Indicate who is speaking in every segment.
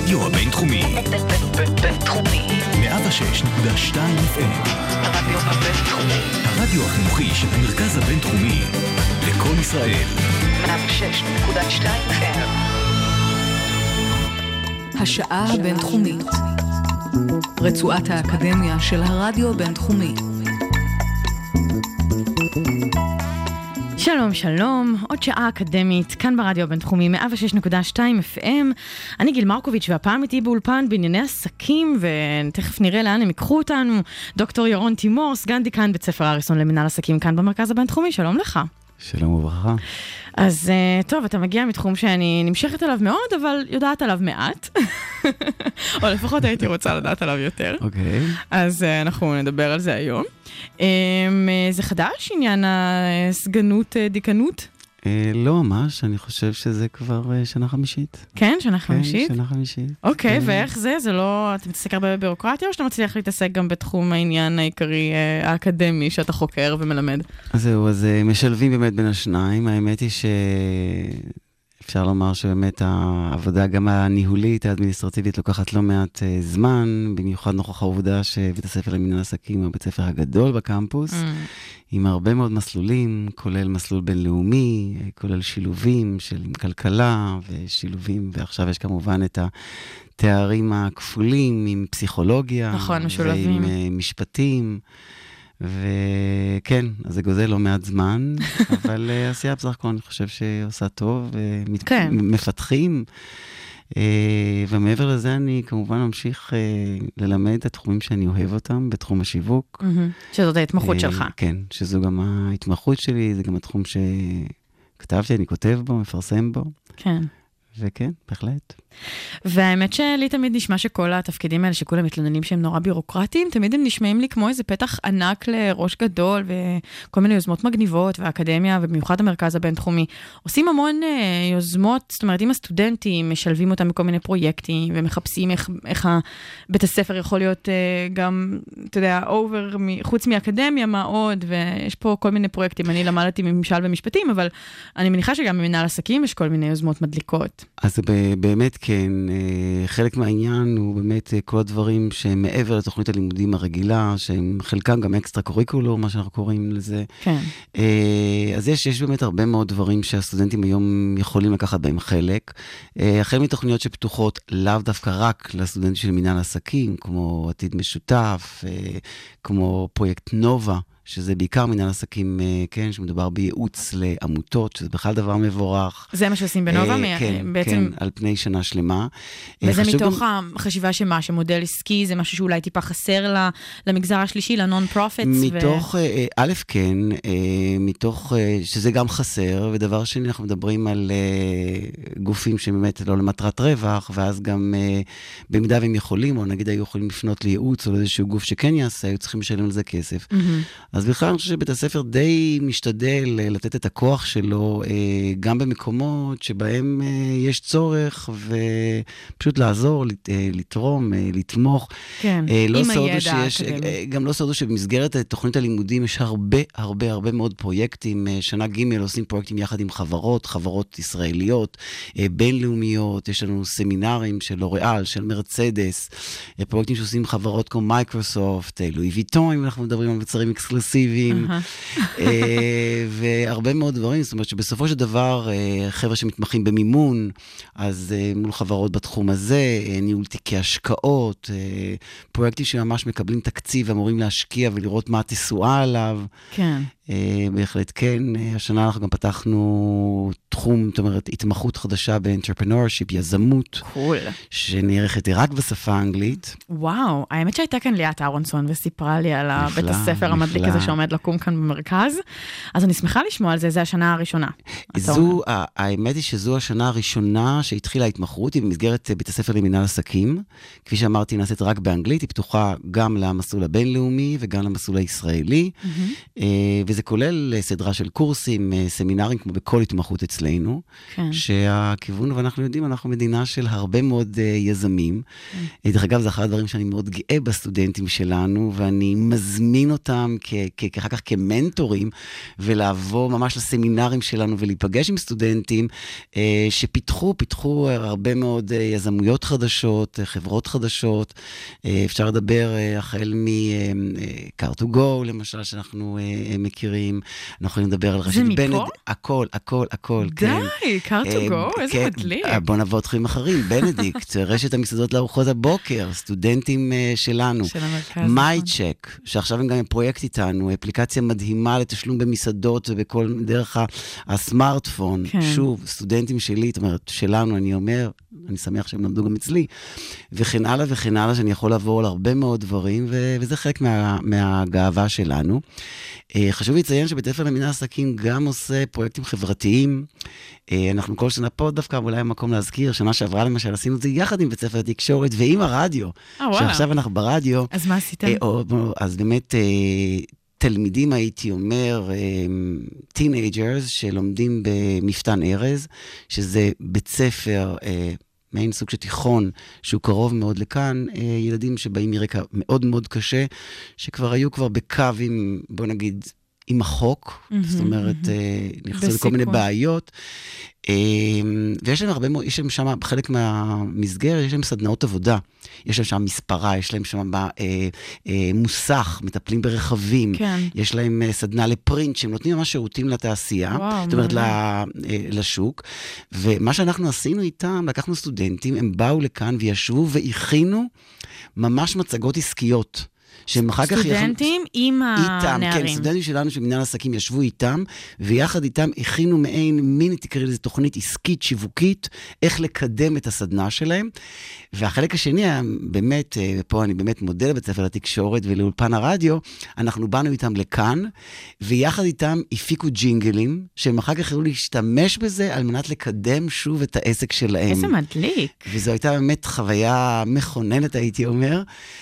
Speaker 1: הרדיו הבינתחומי.
Speaker 2: בינתחומי.
Speaker 1: 106.2 FM.
Speaker 2: הרדיו הבינתחומי.
Speaker 1: הרדיו החינוכי של המרכז הבינתחומי. לכל ישראל.
Speaker 2: 106.2 FM.
Speaker 3: השעה הבינתחומית. רצועת האקדמיה של הרדיו הבינתחומי.
Speaker 4: שלום, שלום, עוד שעה אקדמית, כאן ברדיו הבינתחומי 106.2 FM. אני גיל מרקוביץ' והפעם איתי באולפן בענייני עסקים, ותכף נראה לאן הם יקחו אותנו. דוקטור ירון תימור, סגן דיקן בית ספר אריסון למנהל עסקים כאן במרכז הבינתחומי, שלום לך.
Speaker 5: שלום וברכה.
Speaker 4: אז טוב, אתה מגיע מתחום שאני נמשכת עליו מאוד, אבל יודעת עליו מעט. או לפחות הייתי רוצה לדעת עליו יותר.
Speaker 5: אוקיי.
Speaker 4: אז אנחנו נדבר על זה היום. זה חדש, עניין הסגנות דיקנות?
Speaker 5: לא ממש, אני חושב שזה כבר שנה חמישית.
Speaker 4: כן, שנה חמישית?
Speaker 5: כן, שנה חמישית.
Speaker 4: אוקיי, ואיך זה? זה לא... אתה מתעסק הרבה בבירוקרטיה, או שאתה מצליח להתעסק גם בתחום העניין העיקרי האקדמי שאתה חוקר ומלמד?
Speaker 5: אז זהו, אז משלבים באמת בין השניים. האמת היא אפשר לומר שבאמת העבודה גם הניהולית, האדמיניסטרטיבית, לוקחת לא מעט זמן, במיוחד נוכח העובדה שבית הספר למנהל עסקים הוא בית הספר הגדול בקמפוס, עם הרבה מאוד מסלולים, כולל מסלול בינלאומי, כולל שילובים של כלכלה ושילובים, ועכשיו יש כמובן את התארים הכפולים עם פסיכולוגיה,
Speaker 4: נכון, משולבים.
Speaker 5: ועם משפטים, וכן, אז זה גוזל לא מעט זמן, אבל עשייה בסך הכל אני חושב שעושה טוב,
Speaker 4: כן.
Speaker 5: מפתחים, ומעבר לזה אני כמובן ממשיך ללמד את התחומים שאני אוהב אותם, בתחום השיווק.
Speaker 4: שזאת ההתמחות שלך.
Speaker 5: כן, שזו גם ההתמחות שלי, זה גם התחום שכתבתי, אני כותב בו, מפרסם בו.
Speaker 4: כן.
Speaker 5: וכן, בהחלט.
Speaker 4: והאמת שלי תמיד נשמע שכל התפקידים האלה שכולם מתלוננים שהם נורא בירוקרטיים, תמיד הם נשמעים לי כמו איזה פתח ענק לראש גדול, וכל מיני יוזמות מגניבות, והאקדמיה, ובמיוחד המרכז הבינתחומי, עושים המון יוזמות, זאת אומרת, אם הסטודנטים משלבים אותם בכל מיני פרויקטים, ומחפשים איך בית הספר יכול להיות גם, אתה יודע, חוץ מאקדמיה, מה עוד, ויש פה כל מיני פרויקטים, אני למדתי מממשל ומשפטים, אבל אני מניחה שגם במנהל עסקים יש כל מיני יוזמות מדליקות.
Speaker 5: אז באמת כן, חלק מהעניין הוא באמת כל הדברים שהם מעבר לתוכנית הלימודים הרגילה, שהם חלקם גם אקסטרה קוריקולור, מה שאנחנו קוראים לזה.
Speaker 4: כן.
Speaker 5: אז יש באמת הרבה מאוד דברים שהסטודנטים היום יכולים לקחת בהם חלק. החל מתוכניות שפתוחות לאו דווקא רק לסטודנטים של מנהל עסקים, כמו עתיד משותף, כמו פרויקט נובה, שזה בעיקר מנהל עסקים, כן, שמדובר בייעוץ לעמותות, שזה בכלל דבר מבורך.
Speaker 4: זה מה שעושים בנובה?
Speaker 5: כן,
Speaker 4: בעצם...
Speaker 5: כן, על פני שנה שלמה.
Speaker 4: וזה מתוך החשיבה שמה, שמודל עסקי, זה משהו שאולי טיפה חסר למגזר השלישי, לנון פרופיטס?
Speaker 5: מתוך, א' כן, מתוך שזה גם חסר, ודבר שני, אנחנו מדברים על גופים שבאמת לא למטרת רווח, ואז גם במידה והם יכולים, או נגיד היו יכולים לפנות לייעוץ, או לאיזשהו גוף שכן יעשה, היו צריכים לשלם על זה כסף. אז בכלל אני חושב שבית הספר די משתדל לתת את הכוח שלו גם במקומות שבהם יש צורך, ופשוט לעזור, לתרום, לתמוך.
Speaker 4: כן, עם הידע האקדמי.
Speaker 5: גם לא סודו שבמסגרת תוכנית הלימודים יש הרבה מאוד פרויקטים. שנה ג' עושים פרויקטים יחד עם חברות ישראליות, בינלאומיות, יש לנו סמינרים של לוריאל, של מרצדס, פרויקטים שעושים חברות כמו מייקרוסופט, לואי ויטון, אם אנחנו מדברים על מוצרים אקסקלוסיביים, והרבה מאוד דברים, זאת אומרת שבסופו של דבר, חבר'ה שמתמחים במימון, אז מול חברות בתחום הזה, ניהול תיקי השקעות, פרויקטים שממש מקבלים תקציב, אמורים להשקיע ולראות מה התשואה עליו.
Speaker 4: כן.
Speaker 5: בהחלט כן, השנה אנחנו גם פתחנו תחום, זאת אומרת, התמחות חדשה ב-entrepreneurship, יזמות, שנערכת רק בשפה האנגלית.
Speaker 4: וואו, האמת שהייתה כאן ליאת אהרונסון וסיפרה לי על בית הספר המדליק הזה שעומד לקום כאן במרכז, אז אני שמחה לשמוע על זה, זה השנה הראשונה.
Speaker 5: האמת היא שזו השנה הראשונה שהתחילה ההתמחות, היא במסגרת בית הספר למנהל עסקים, כפי שאמרתי, נעשית רק באנגלית, היא פתוחה גם למסלול הבינלאומי וגם למסלול הישראלי, וזה וזה כולל סדרה של קורסים, סמינרים, כמו בכל התמחות אצלנו,
Speaker 4: כן.
Speaker 5: שהכיוון, ואנחנו יודעים, אנחנו מדינה של הרבה מאוד יזמים. דרך אגב, זה אחד הדברים שאני מאוד גאה בסטודנטים שלנו, ואני מזמין אותם אחר כך כמנטורים, ולעבור ממש לסמינרים שלנו, ולהיפגש עם סטודנטים, שפיתחו הרבה מאוד יזמויות חדשות, חברות חדשות, אפשר לדבר החל מ-Car2Go, למשל, שאנחנו מכירים, אנחנו יכולים לדבר על רשת בנד, הכל, כן.
Speaker 4: די, Car2Go, איזה מדליק.
Speaker 5: בוא נעבור תחומים אחרים, בנדיקט, רשת המסעדות לארוחות הבוקר, סטודנטים שלנו, MyCheck, שעכשיו הם גם פרויקט איתנו, אפליקציה מדהימה לתשלום במסעדות ובכל דרך הסמארטפון, שוב, סטודנטים שלי, זאת אומרת, שלנו, אני אומר, אני שמח שהם למדו גם אצלי, וכן הלאה, שאני יכול לעבור על הרבה מאוד דברים, וזה חלק מהגאווה שלנו. חשוב לציין שבית ספר למינהל עסקים גם עושה פרויקטים חברתיים. אנחנו כל שנה פה דווקא, אולי המקום להזכיר, שנה שעברה למשל, עשינו את זה יחד עם בית ספר התקשורת ועם הרדיו. שעכשיו אנחנו ברדיו.
Speaker 4: אז מה עשיתם?
Speaker 5: אז באמת תלמידים, הייתי אומר, טינג'רס שלומדים במפתן ארז, שזה בית ספר מעין סוג של תיכון, שהוא קרוב מאוד לכאן, ילדים שבאים מרקע מאוד מאוד קשה, שכבר היו בקו עם, בוא נגיד, עם החוק, זאת אומרת, נכנסו לכל מיני בעיות, ויש להם הרבה מאוד, יש להם שם, בחלק מהמסגרת, יש להם סדנאות עבודה, יש להם שם מספרה, יש להם שם מוסך, מטפלים ברכבים, יש להם סדנה לפרינט, שהם נותנים ממש שירותים לתעשייה, זאת אומרת, לשוק, ומה שאנחנו עשינו איתם, לקחנו סטודנטים, הם באו לכאן וישבו והכינו ממש מצגות עסקיות,
Speaker 4: סטודנטים עם הנערים.
Speaker 5: כן, סטודנטים שלנו של מנהל עסקים ישבו איתם, ויחד איתם הכינו מיני, תקראי לזה תוכנית עסקית, שיווקית, איך לקדם את הסדנה שלהם. והחלק השני, באמת, פה אני באמת מודה לבית ספר לתקשורת ולאולפן הרדיו, אנחנו באנו איתם לכאן, ויחד איתם הפיקו ג'ינגלים, שהם אחר כך יכולו להשתמש בזה, על מנת לקדם שוב את העסק שלהם.
Speaker 4: איזה מדליק.
Speaker 5: וזו הייתה באמת חוויה מכוננת, הייתי אומר,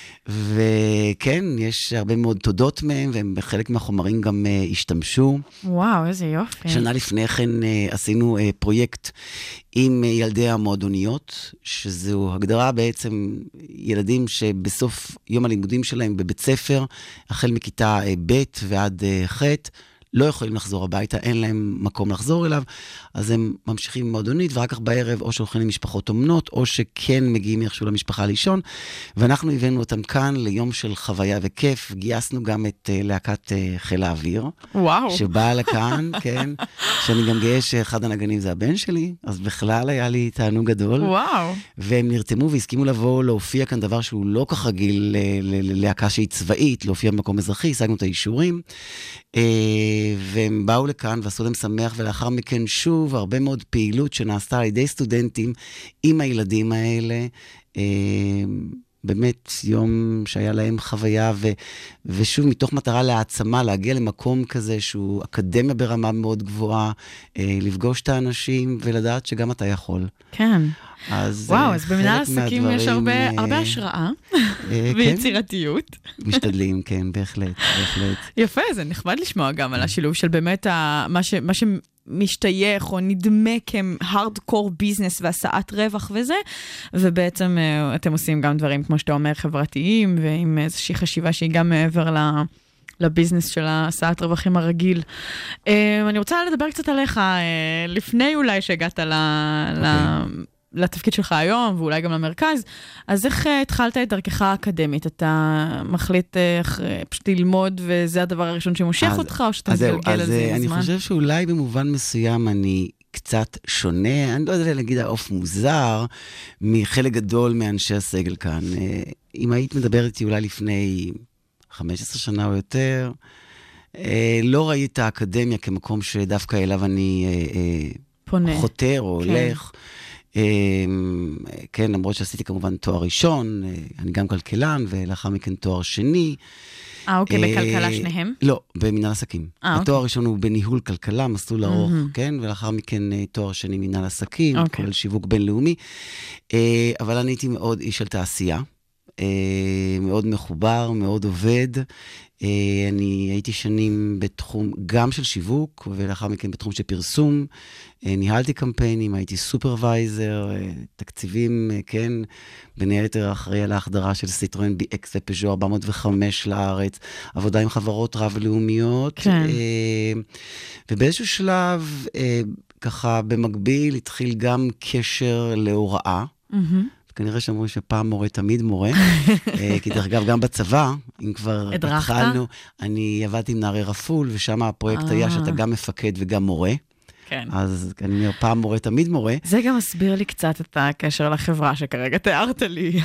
Speaker 5: וכן, יש הרבה מאוד תודות מהם, והם בחלק מהחומרים גם השתמשו.
Speaker 4: וואו, איזה יופי.
Speaker 5: שנה לפני כן עשינו פרויקט עם ילדי המועדוניות, שזו הגדרה בעצם ילדים שבסוף יום הלימודים שלהם בבית ספר, החל מכיתה ב' ועד ח', לא יכולים לחזור הביתה, אין להם מקום לחזור אליו, אז הם ממשיכים במועדונית, ורק כך בערב או שהולכים למשפחות אומנות, או שכן מגיעים איכשהו למשפחה לישון, ואנחנו הבאנו אותם כאן ליום של חוויה וכיף, גייסנו גם את להקת חיל האוויר, שבאה לכאן, כן, שאני גם גאה שאחד הנגנים זה הבן שלי, אז בכלל היה לי תענוג גדול, והם נרתמו והסכימו לבוא להופיע כאן דבר שהוא לא כך רגיל ללהקה שהיא צבאית, להופיע במקום אזרחי, השגנו את האישורים, והם באו לכאן ועשו להם שמח, ולאחר מכן שוב הרבה מאוד פעילות שנעשתה על ידי סטודנטים עם הילדים האלה, באמת יום שהיה להם חוויה, ושוב מתוך מטרה להעצמה, להגיע למקום כזה שהוא אקדמיה ברמה מאוד גבוהה, לפגוש את האנשים ולדעת שגם אתה יכול.
Speaker 4: כן.
Speaker 5: אז
Speaker 4: וואו, אז במנהל עסקים יש הרבה השראה ויצירתיות.
Speaker 5: משתדלים, כן, בהחלט.
Speaker 4: יפה, זה נחמד לשמוע גם על השילוב של באמת מה שמשתייך או נדמה כהארדקור ביזנס ועשאת רווח וזה, ובעצם אתם עושים גם דברים, כמו שאתה אומר, חברתיים, ועם איזושהי חשיבה שהיא גם מעבר לביזנס של העשאת רווחים הרגיל. אני רוצה לדבר קצת עליך, לפני אולי שהגעת לתפקיד שלך היום, ואולי גם למרכז, אז איך התחלת את דרכך האקדמית? אתה מחליט פשוט ללמוד, וזה הדבר הראשון שמושך אותך, או שאתה מתגלגל על זה עם זמן?
Speaker 5: אני חושב שאולי במובן מסוים אני קצת שונה, אני לא יודע להגיד האוף מוזר, מחלק גדול מאנשי הסגל כאן. אם היית מדברת איתי אולי לפני 15 שנה או יותר, לא ראיתי את האקדמיה כמקום שדווקא אליו אני חותר או הולך. כן, למרות שעשיתי כמובן תואר ראשון, אני גם כלכלן, ולאחר מכן תואר שני.
Speaker 4: אוקיי, בכלכלה שניהם?
Speaker 5: לא, במנהל עסקים. התואר הראשון הוא בניהול כלכלה, מסלול ארוך, כן, ולאחר מכן תואר שני מנהל עסקים, כולל שיווק בינלאומי. אבל אני הייתי מאוד איש של תעשייה. מאוד מחובר, מאוד עובד. אני הייתי שנים בתחום גם של שיווק, ולאחר מכן בתחום של פרסום. ניהלתי קמפיינים, הייתי סופרוויזר, תקציבים, כן, בין היתר אחראי על ההחדרה של סיטרואן BX ופז'ו 405 לארץ, עבודה עם חברות רב-לאומיות.
Speaker 4: כן.
Speaker 5: ובאיזשהו שלב, ככה במקביל, התחיל גם קשר להוראה. כנראה שאמרו שפעם מורה תמיד מורה, כי דרך אגב גם בצבא, אם כבר התחלנו, אני עבדתי עם נערי רפול, ושם הפרויקט היה שאתה גם מפקד וגם מורה.
Speaker 4: כן.
Speaker 5: אז אני אומר, פעם מורה תמיד מורה.
Speaker 4: זה גם מסביר לי קצת את הקשר לחברה שכרגע תיארת לי.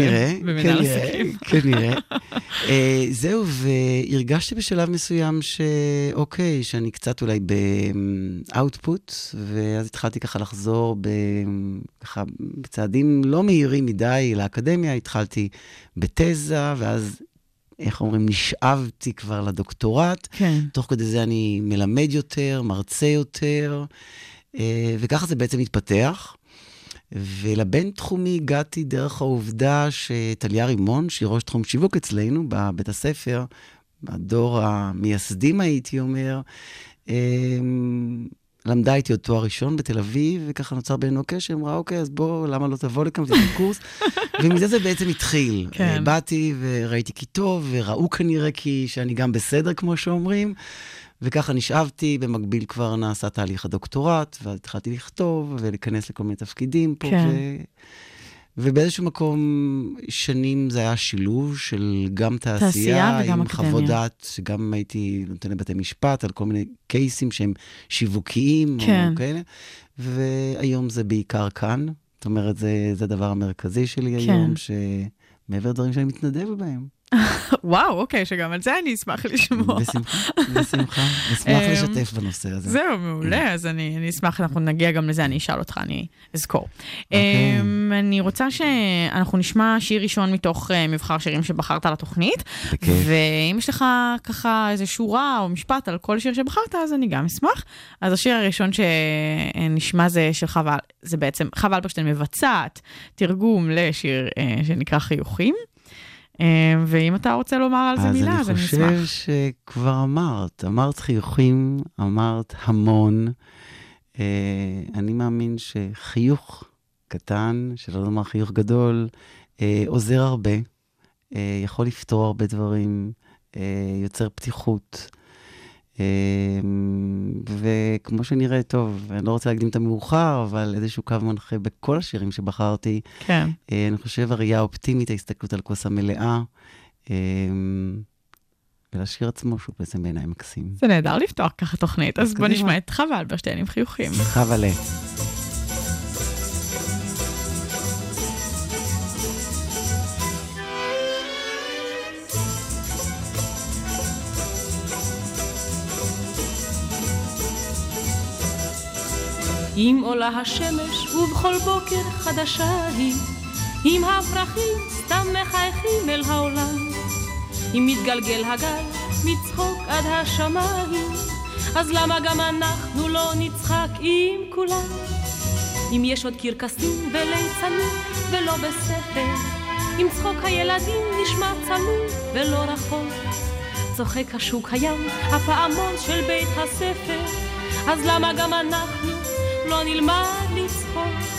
Speaker 5: כנראה. זהו, והרגשתי בשלב מסוים שאוקיי, שאני קצת אולי באוטפוט, ואז התחלתי ככה לחזור ככה בצעדים לא מהירים מדי לאקדמיה, התחלתי בתזה, ואז איך אומרים, נשאבתי כבר לדוקטורט.
Speaker 4: כן.
Speaker 5: תוך כדי זה אני מלמד יותר, מרצה יותר, וככה זה בעצם התפתח. ולבין תחומי הגעתי דרך העובדה שטליה רימון, שהיא ראש תחום שיווק אצלנו בבית הספר, בדור המייסדים הייתי אומר, למדה איתי עוד תואר ראשון בתל אביב, וככה נוצר בינינו קשר, אמרה, אוקיי, אז בוא, למה לא תבוא לכאן, זה קורס? ומזה זה בעצם התחיל.
Speaker 4: כן.
Speaker 5: באתי וראיתי כי טוב, וראו כנראה שאני גם בסדר, כמו שאומרים, וככה נשאבתי, במקביל כבר נעשה תהליך הדוקטורט, ואז התחלתי לכתוב, ולהיכנס לכל מיני תפקידים פה,
Speaker 4: כן.
Speaker 5: ובאיזשהו מקום שנים זה היה שילוב של גם תעשייה
Speaker 4: וגם
Speaker 5: עם
Speaker 4: אקדמיה.
Speaker 5: חוות דעת, שגם הייתי נותן לבתי משפט על כל מיני קייסים שהם שיווקיים,
Speaker 4: כן.
Speaker 5: או כאלה, והיום זה בעיקר כאן, זאת אומרת, זה הדבר המרכזי שלי היום, שמעבר דברים שאני מתנדב בהם.
Speaker 4: וואו, אוקיי, שגם על זה אני אשמח לשמוע.
Speaker 5: בשמחה. אשמח לשתף בנושא הזה.
Speaker 4: זהו, מעולה, אז אני אשמח, אנחנו נגיע גם לזה, אני אשאל אותך, אני אזכור. אני רוצה שאנחנו נשמע שיר ראשון מתוך מבחר שירים שבחרת לתוכנית, ואם יש לך ככה איזו שורה או משפט על כל שיר שבחרת, אז אני גם אשמח. אז השיר הראשון שנשמע זה של חווה, זה בעצם חווה אלברשטיין מבצעת תרגום לשיר שנקרא חיוכים. ואם אתה רוצה לומר על זה מילה, אז אני אשמח.
Speaker 5: אז אני חושב שכבר אמרת חיוכים, אמרת המון. אני מאמין שחיוך קטן, שלא לומר חיוך גדול, עוזר הרבה, יכול לפתור הרבה דברים, יוצר פתיחות. וכמו שנראה טוב, אני לא רוצה להקדים את המאוחר, אבל איזשהו קו מנחה בכל השירים שבחרתי.
Speaker 4: כן.
Speaker 5: אני חושב הראייה האופטימית, ההסתכלות על כוס המלאה, ולשיר עצמו שהוא בעצם בעיניי מקסים.
Speaker 4: זה נהדר לפתוח ככה תוכנית, אז בוא נשמע את חווה אלברשטיין עם חיוכים.
Speaker 5: חווה.
Speaker 6: אם עולה השמש ובכל בוקר חדשה היא, אם הפרחים סתם מחייכים אל העולם, אם מתגלגל הגל מצחוק עד השמיים, אז למה גם אנחנו לא נצחק עם כולם? אם יש עוד קרקסים וליצנים ולא בספר, אם צחוק הילדים נשמע צנוע ולא רחוק, צוחק השוק הים, הפעמון של בית הספר, אז למה גם אנחנו לא נלמד לצחוק?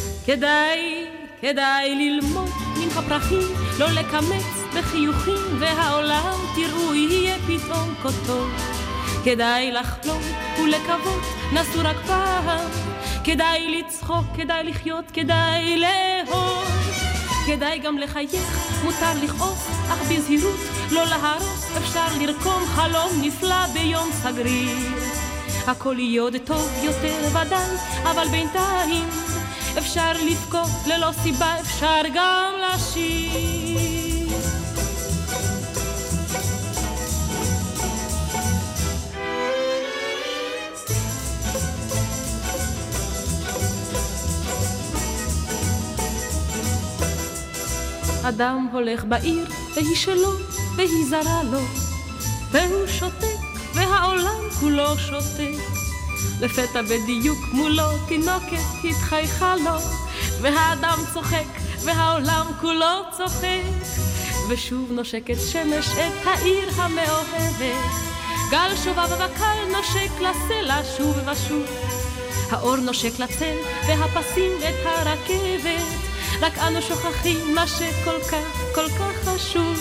Speaker 6: כדאי ללמוד מן הפרחים, לא לקמץ בחיוכים, והעולם תראו יהיה פתאום כה טוב. כדאי לחלום ולקוות, נסו רק פעם, כדאי לצחוק, כדאי לחיות, כדאי לאהוב, כדאי גם לחייך, מותר לכעוס, אך בזהירות לא להרוס, אפשר לרקום חלום נפלא ביום סגריר. הכל יהיה עוד טוב יותר ודאי, אבל בינתיים אפשר לבכות ללא סיבה, אפשר גם לשיר. אדם הולך בעיר והיא שלו והיא זרה לו, והוא שותק והעולם כולו שותק. לפתע בדיוק מולו תינוקת התחייכה לו, והאדם צוחק, והעולם כולו צוחק. ושוב נושקת שמש את העיר המאוהבת, גל שובב וקל נושק לסלע שוב ושוב. האור נושק לצל והפסים את הרכבת, רק אנו שוכחים מה שכל כך, כל כך חשוב.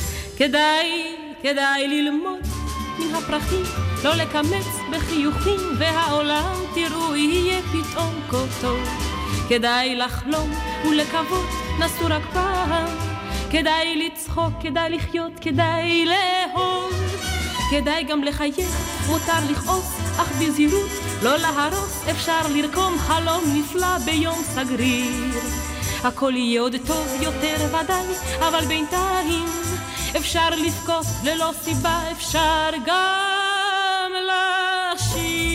Speaker 6: כדאי ללמוד מן הפרחים, לא לקמץ בחיוכים, והעולם תראו יהיה פתאום כה טוב. כדאי לחלום ולקוות, נסו רק פעם. כדאי לצחוק, כדאי לחיות, כדאי לאהוב. כדאי גם לחייך, מותר לכעוס, אך בזהירות, לא להרוס. אפשר לרקום חלום נפלא ביום סגריר. הכל יהיה עוד טוב יותר ודאי, אבל בינתיים אפשר לבכות ללא סיבה, אפשר גם לשיר.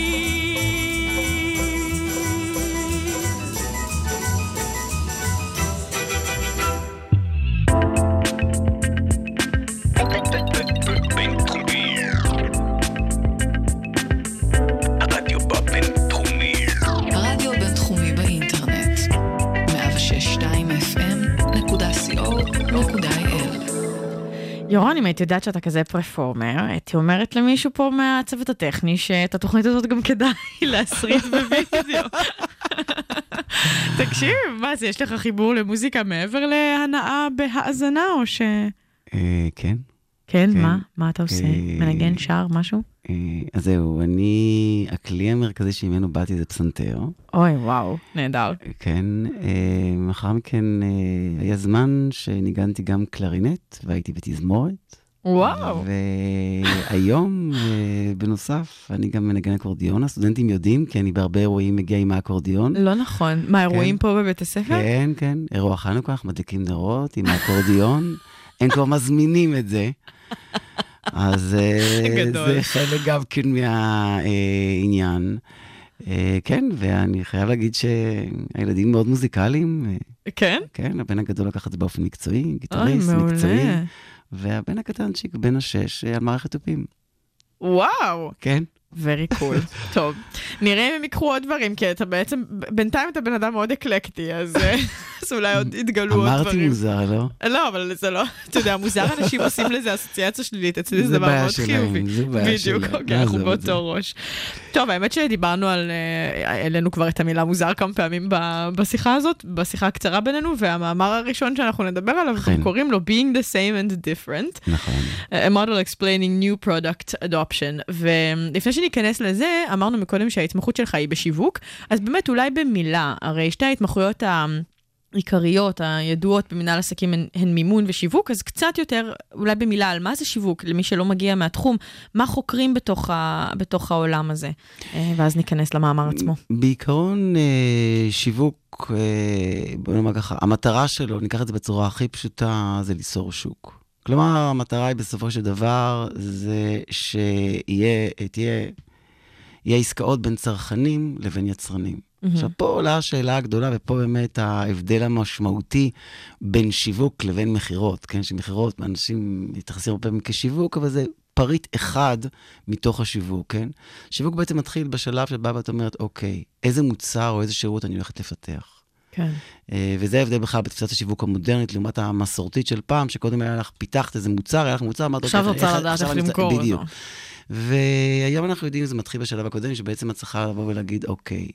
Speaker 3: הרדיו בינתחומי באינטרנט 106.2 FM.co.il.
Speaker 4: יורון, אם הייתי יודעת שאתה כזה פרפורמר, הייתי אומרת למישהו פה מהצוות הטכני שאת התוכנית הזאת גם כדאי להסריט בווידאו. תקשיב, מה זה, יש לך חיבור למוזיקה מעבר להנאה בהאזנה או ש...
Speaker 5: כן.
Speaker 4: כן, מה אתה עושה? מנגן, שר, משהו?
Speaker 5: אז זהו, הכלי המרכזי שממנו באתי זה פסנתר.
Speaker 4: אוי, וואו, נהדר.
Speaker 5: כן, מאחר מכן היה זמן שניגנתי גם קלרינט, והייתי בתזמורת.
Speaker 4: וואו.
Speaker 5: והיום, בנוסף, אני גם מנגן אקורדיון. הסטודנטים יודעים, כי אני בהרבה אירועים מגיע עם האקורדיון.
Speaker 4: לא נכון. מה, אירועים פה בבית הספר?
Speaker 5: כן, כן. אירוע חנוכה, אנחנו מדליקים נרות עם האקורדיון. הם כבר מזמינים את זה. אז זה חלק גם כן מהעניין. כן, ואני חייב להגיד שהילדים מאוד מוזיקליים.
Speaker 4: כן?
Speaker 5: כן, הבן הגדול לקח את זה באופן מקצועי, גיטריסט מקצועי. והבן הקטנצ'יק, בן 6, על מערכת תופים.
Speaker 4: וואו.
Speaker 5: כן.
Speaker 4: very cool. טוב, נראה אם הם יקחו עוד דברים, כי אתה בעצם, בינתיים אתה בן אדם מאוד אקלקטי, אז אולי עוד יתגלו עוד דברים.
Speaker 5: אמרתי מוזר, לא?
Speaker 4: לא, אבל זה לא, אתה יודע, מוזר אנשים עושים לזה אסוציאציה שלילית, אצלי זה דבר מאוד חיובי.
Speaker 5: זה בעיה שלהם.
Speaker 4: בדיוק, אוקיי, אנחנו באותו ראש. טוב, האמת שדיברנו על, אלינו כבר את המילה מוזר כמה פעמים בשיחה הזאת, בשיחה הקצרה בינינו, והמאמר הראשון שאנחנו נדבר עליו, קוראים לו Being the Same and Different.
Speaker 5: נכון.
Speaker 3: A model explaining new product adoption. ולפני שניכנס לזה, אמרנו מקודם שההתמחות שלך היא בשיווק, אז באמת אולי במילה, הרי שתי ההתמחויות העיקריות, הידועות במנהל עסקים הן מימון ושיווק, אז קצת יותר אולי במילה על מה זה שיווק, למי שלא מגיע מהתחום, מה חוקרים בתוך העולם הזה, ואז ניכנס למאמר עצמו.
Speaker 5: בעיקרון שיווק, בוא נאמר ככה, המטרה שלו, ניקח את זה בצורה הכי פשוטה, זה ליצור שוק. כלומר, המטרה היא בסופו של דבר, זה שיהיה עסקאות בין צרכנים לבין יצרנים. עכשיו, פה עולה השאלה הגדולה, ופה באמת ההבדל המשמעותי בין שיווק לבין מחירות, כן? שמחירות, אנשים מתייחסים הרבה פעמים כשיווק, אבל זה פריט אחד מתוך השיווק, כן? שיווק בעצם מתחיל בשלב שבא ואת אומרת, אוקיי, איזה מוצר או איזה שירות אני הולכת לפתח?
Speaker 3: כן.
Speaker 5: וזה ההבדל בכלל בתפיסת השיווק המודרנית, לעומת המסורתית של פעם, שקודם היה לך, פיתחת איזה מוצר, היה לך מוצר, אמרת,
Speaker 3: עכשיו רוצה לדעת איך למכור אותו.
Speaker 5: בדיוק. והיום אנחנו יודעים, זה מתחיל בשלב הקודם, שבעצם את צריכה לבוא ולהגיד, אוקיי,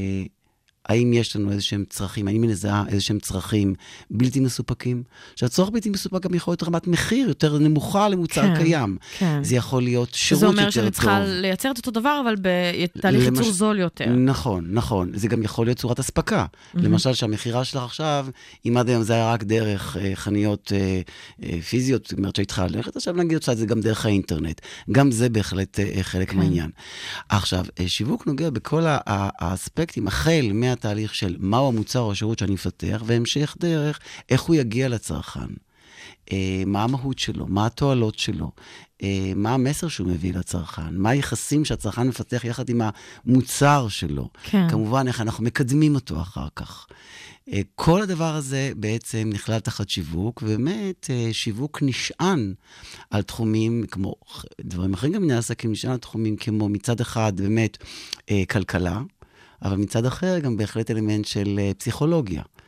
Speaker 5: האם יש לנו איזשהם צרכים, האם נזהה איזשהם צרכים בלתי מסופקים? שהצורך בלתי מסופק גם יכול להיות רמת מחיר יותר נמוכה למוצר קיים. זה יכול להיות שירות יותר טוב.
Speaker 3: זה אומר שאני צריכה לייצר את אותו דבר, אבל בתהליך ייצור זול יותר.
Speaker 5: נכון, נכון. זה גם יכול להיות צורת הספקה. למשל, שהמחירה שלך עכשיו, אם עד היום זה היה רק דרך חנויות פיזיות, זאת אומרת שהתחלה ללכת, עכשיו נגיד את זה גם דרך האינטרנט. גם זה בהחלט חלק מהעניין. עכשיו, שיווק נוגע בכל האספקטים, החל מהתהליך של מהו המוצר או השירות שאני מפתח, והמשך דרך איך הוא יגיע לצרכן. מה המהות שלו, מה התועלות שלו, מה המסר שהוא מביא לצרכן, מה היחסים שהצרכן מפתח יחד עם המוצר שלו.
Speaker 3: כן.
Speaker 5: כמובן, איך אנחנו מקדמים אותו אחר כך. כל הדבר הזה בעצם נכלל תחת שיווק, ובאמת שיווק נשען על תחומים, כמו דברים אחרים גם מנהל עסקים, נשען על תחומים כמו מצד אחד באמת כלכלה, אבל מצד אחר גם בהחלט אלמנט של פסיכולוגיה.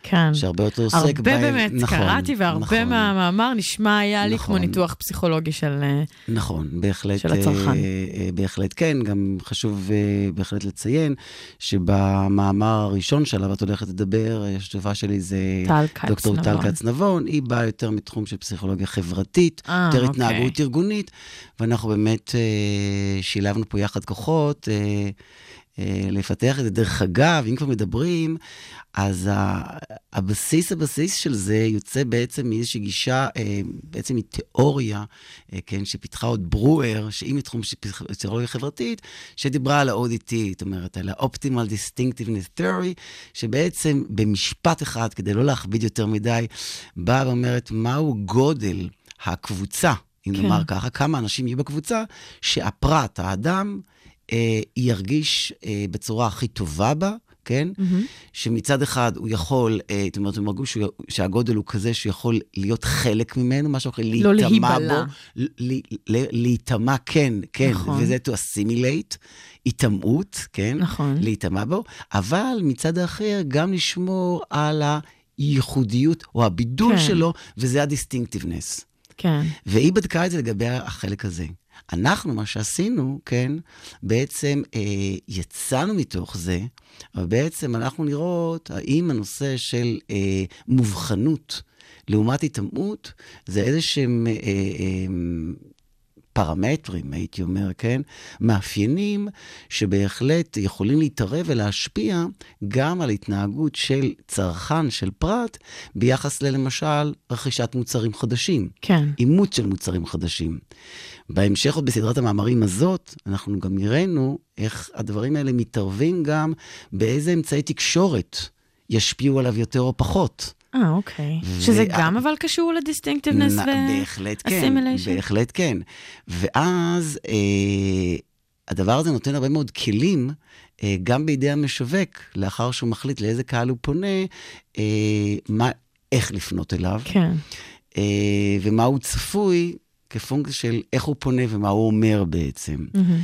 Speaker 3: כן.
Speaker 5: שהרבה יותר עוסק
Speaker 3: הרבה באמת,
Speaker 5: נכון,
Speaker 3: קראתי, והרבה
Speaker 5: נכון.
Speaker 3: מהמאמר נשמע היה לי
Speaker 5: נכון.
Speaker 3: כמו ניתוח פסיכולוגי של
Speaker 5: נכון, בהחלט,
Speaker 3: של הצרכן.
Speaker 5: בהחלט כן, גם חשוב בהחלט לציין שבמאמר הראשון שעליו את הולכת לדבר, השותפה שלי זה דוקטור טל כץ נבון, היא באה יותר מתחום של פסיכולוגיה חברתית, יותר התנהגות ארגונית, ואנחנו באמת שילבנו פה יחד כוחות, לפתח את זה. דרך אגב, אם כבר מדברים, אז הבסיס של זה יוצא בעצם מאיזושהי גישה, בעצם מתיאוריה, כן, שפיתחה עוד ברואר, שהיא מתחום של פסיכולוגיה חברתית, שדיברה על ה-ODT, זאת אומרת, על ה-Optimal Distinctiveness Theory, שבעצם במשפט אחד, כדי לא להכביד יותר מדי, באה ואומרת, מהו גודל הקבוצה, אם נאמר ככה, כמה אנשים יהיו בקבוצה, שהפרט, האדם, ירגיש בצורה הכי טובה בה, כן? שמצד אחד הוא יכול, זאת אומרת, הוא מרגיש שהגודל הוא כזה שהוא יכול להיות חלק ממנו, משהו אחר, להיטמע בו, להיטמע, כן, וזה to assimilate, התאמות, כן? להיטמע בו, אבל מצד האחר גם לשמור על הייחודיות או הבידול שלו, וזה ה-distinctiveness.
Speaker 3: כן.
Speaker 5: והיא בדקה את זה לגבי החלק הזה. אנחנו, מה שעשינו, כן, בעצם יצאנו מתוך זה, אבל בעצם אנחנו לראות האם הנושא של מובחנות לעומת התאמות, זה איזשהם פרמטרים, הייתי אומר, כן, מאפיינים שבהחלט יכולים להתערב ולהשפיע גם על התנהגות של צרכן, של פרט, ביחס למשל רכישת מוצרים חדשים.
Speaker 3: כן.
Speaker 5: אימות של מוצרים חדשים. בהמשך עוד בסדרת המאמרים הזאת, אנחנו גם נראינו איך הדברים האלה מתערבים גם באיזה אמצעי תקשורת ישפיעו עליו יותר או פחות.
Speaker 3: אוקיי. שזה גם אבל קשור לדיסטינקטיבנס והסימיליישן?
Speaker 5: בהחלט כן. ואז הדבר הזה נותן הרבה מאוד כלים, גם בידי המשווק, לאחר שהוא מחליט לאיזה קהל הוא פונה, איך לפנות אליו.
Speaker 3: כן.
Speaker 5: ומה הוא צפוי, כפונקציה של איך הוא פונה ומה הוא אומר בעצם.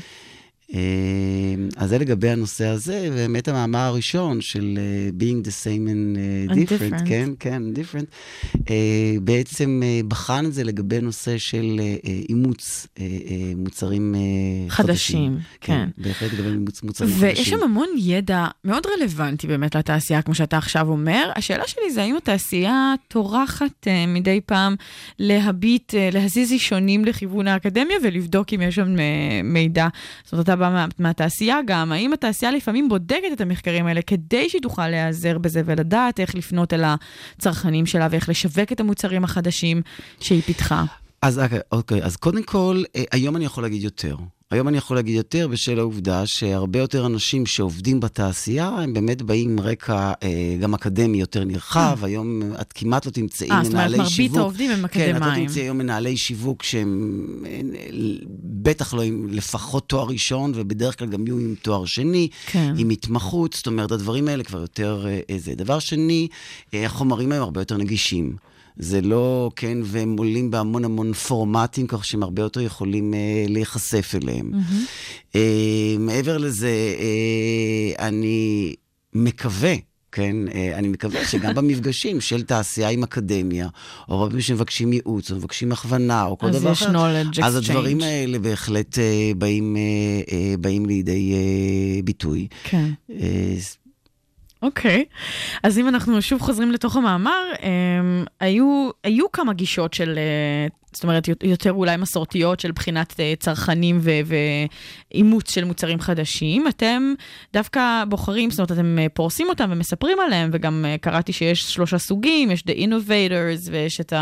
Speaker 5: אז זה לגבי הנושא הזה, ובאמת המאמר הראשון של being the same and different, כן, different, בעצם בחן את זה לגבי נושא של אימוץ מוצרים חדשים.
Speaker 3: כן.
Speaker 5: בהחלט לגבי אימוץ מוצרים חדשים.
Speaker 3: ויש שם המון ידע מאוד רלוונטי באמת לתעשייה, כמו שאתה עכשיו אומר. השאלה שלי זה האם התעשייה טורחת מדי פעם להזיז אישונים לכיוון האקדמיה ולבדוק אם יש שם מידע. זאת אומרת, אתה בא מהתעשייה גם, האם התעשייה לפעמים בודקת את המחקרים האלה כדי שהיא תוכל להיעזר בזה ולדעת איך לפנות אל הצרכנים שלה ואיך לשווק את המוצרים החדשים שהיא פיתחה?
Speaker 5: אז אוקיי, אז קודם כל, היום אני יכול להגיד יותר. היום אני יכול להגיד יותר בשל העובדה שהרבה יותר אנשים שעובדים בתעשייה, הם באמת באים עם רקע גם אקדמי יותר נרחב. היום את כמעט לא תמצאי מנהלי שיווק. זאת אומרת,
Speaker 3: מרבית העובדים הם אקדמיים.
Speaker 5: כן, את לא תמצאי היום מנהלי שיווק שהם בטח לא עם לפחות תואר ראשון, ובדרך כלל גם יהיו עם תואר שני, עם התמחות. זאת אומרת, הדברים האלה כבר יותר איזה. דבר שני, החומרים הם הרבה יותר נגישים. זה לא, כן, והם עולים בהמון המון פורמטים, כך שהם הרבה יותר יכולים להיחשף אליהם. מעבר לזה, אני מקווה, כן, אני מקווה שגם במפגשים של תעשייה עם אקדמיה, או רבים שמבקשים ייעוץ, או מבקשים הכוונה, או כל דבר אחר, אז הדברים האלה בהחלט באים לידי ביטוי.
Speaker 3: כן. אוקיי, אז אם אנחנו שוב חוזרים לתוך המאמר, היו כמה גישות של, זאת אומרת, יותר אולי מסורתיות של בחינת צרכנים ואימוץ של מוצרים חדשים. אתם דווקא בוחרים, זאת אומרת, אתם פורסים אותם ומספרים עליהם, וגם קראתי שיש 3 סוגים, יש the innovators ויש את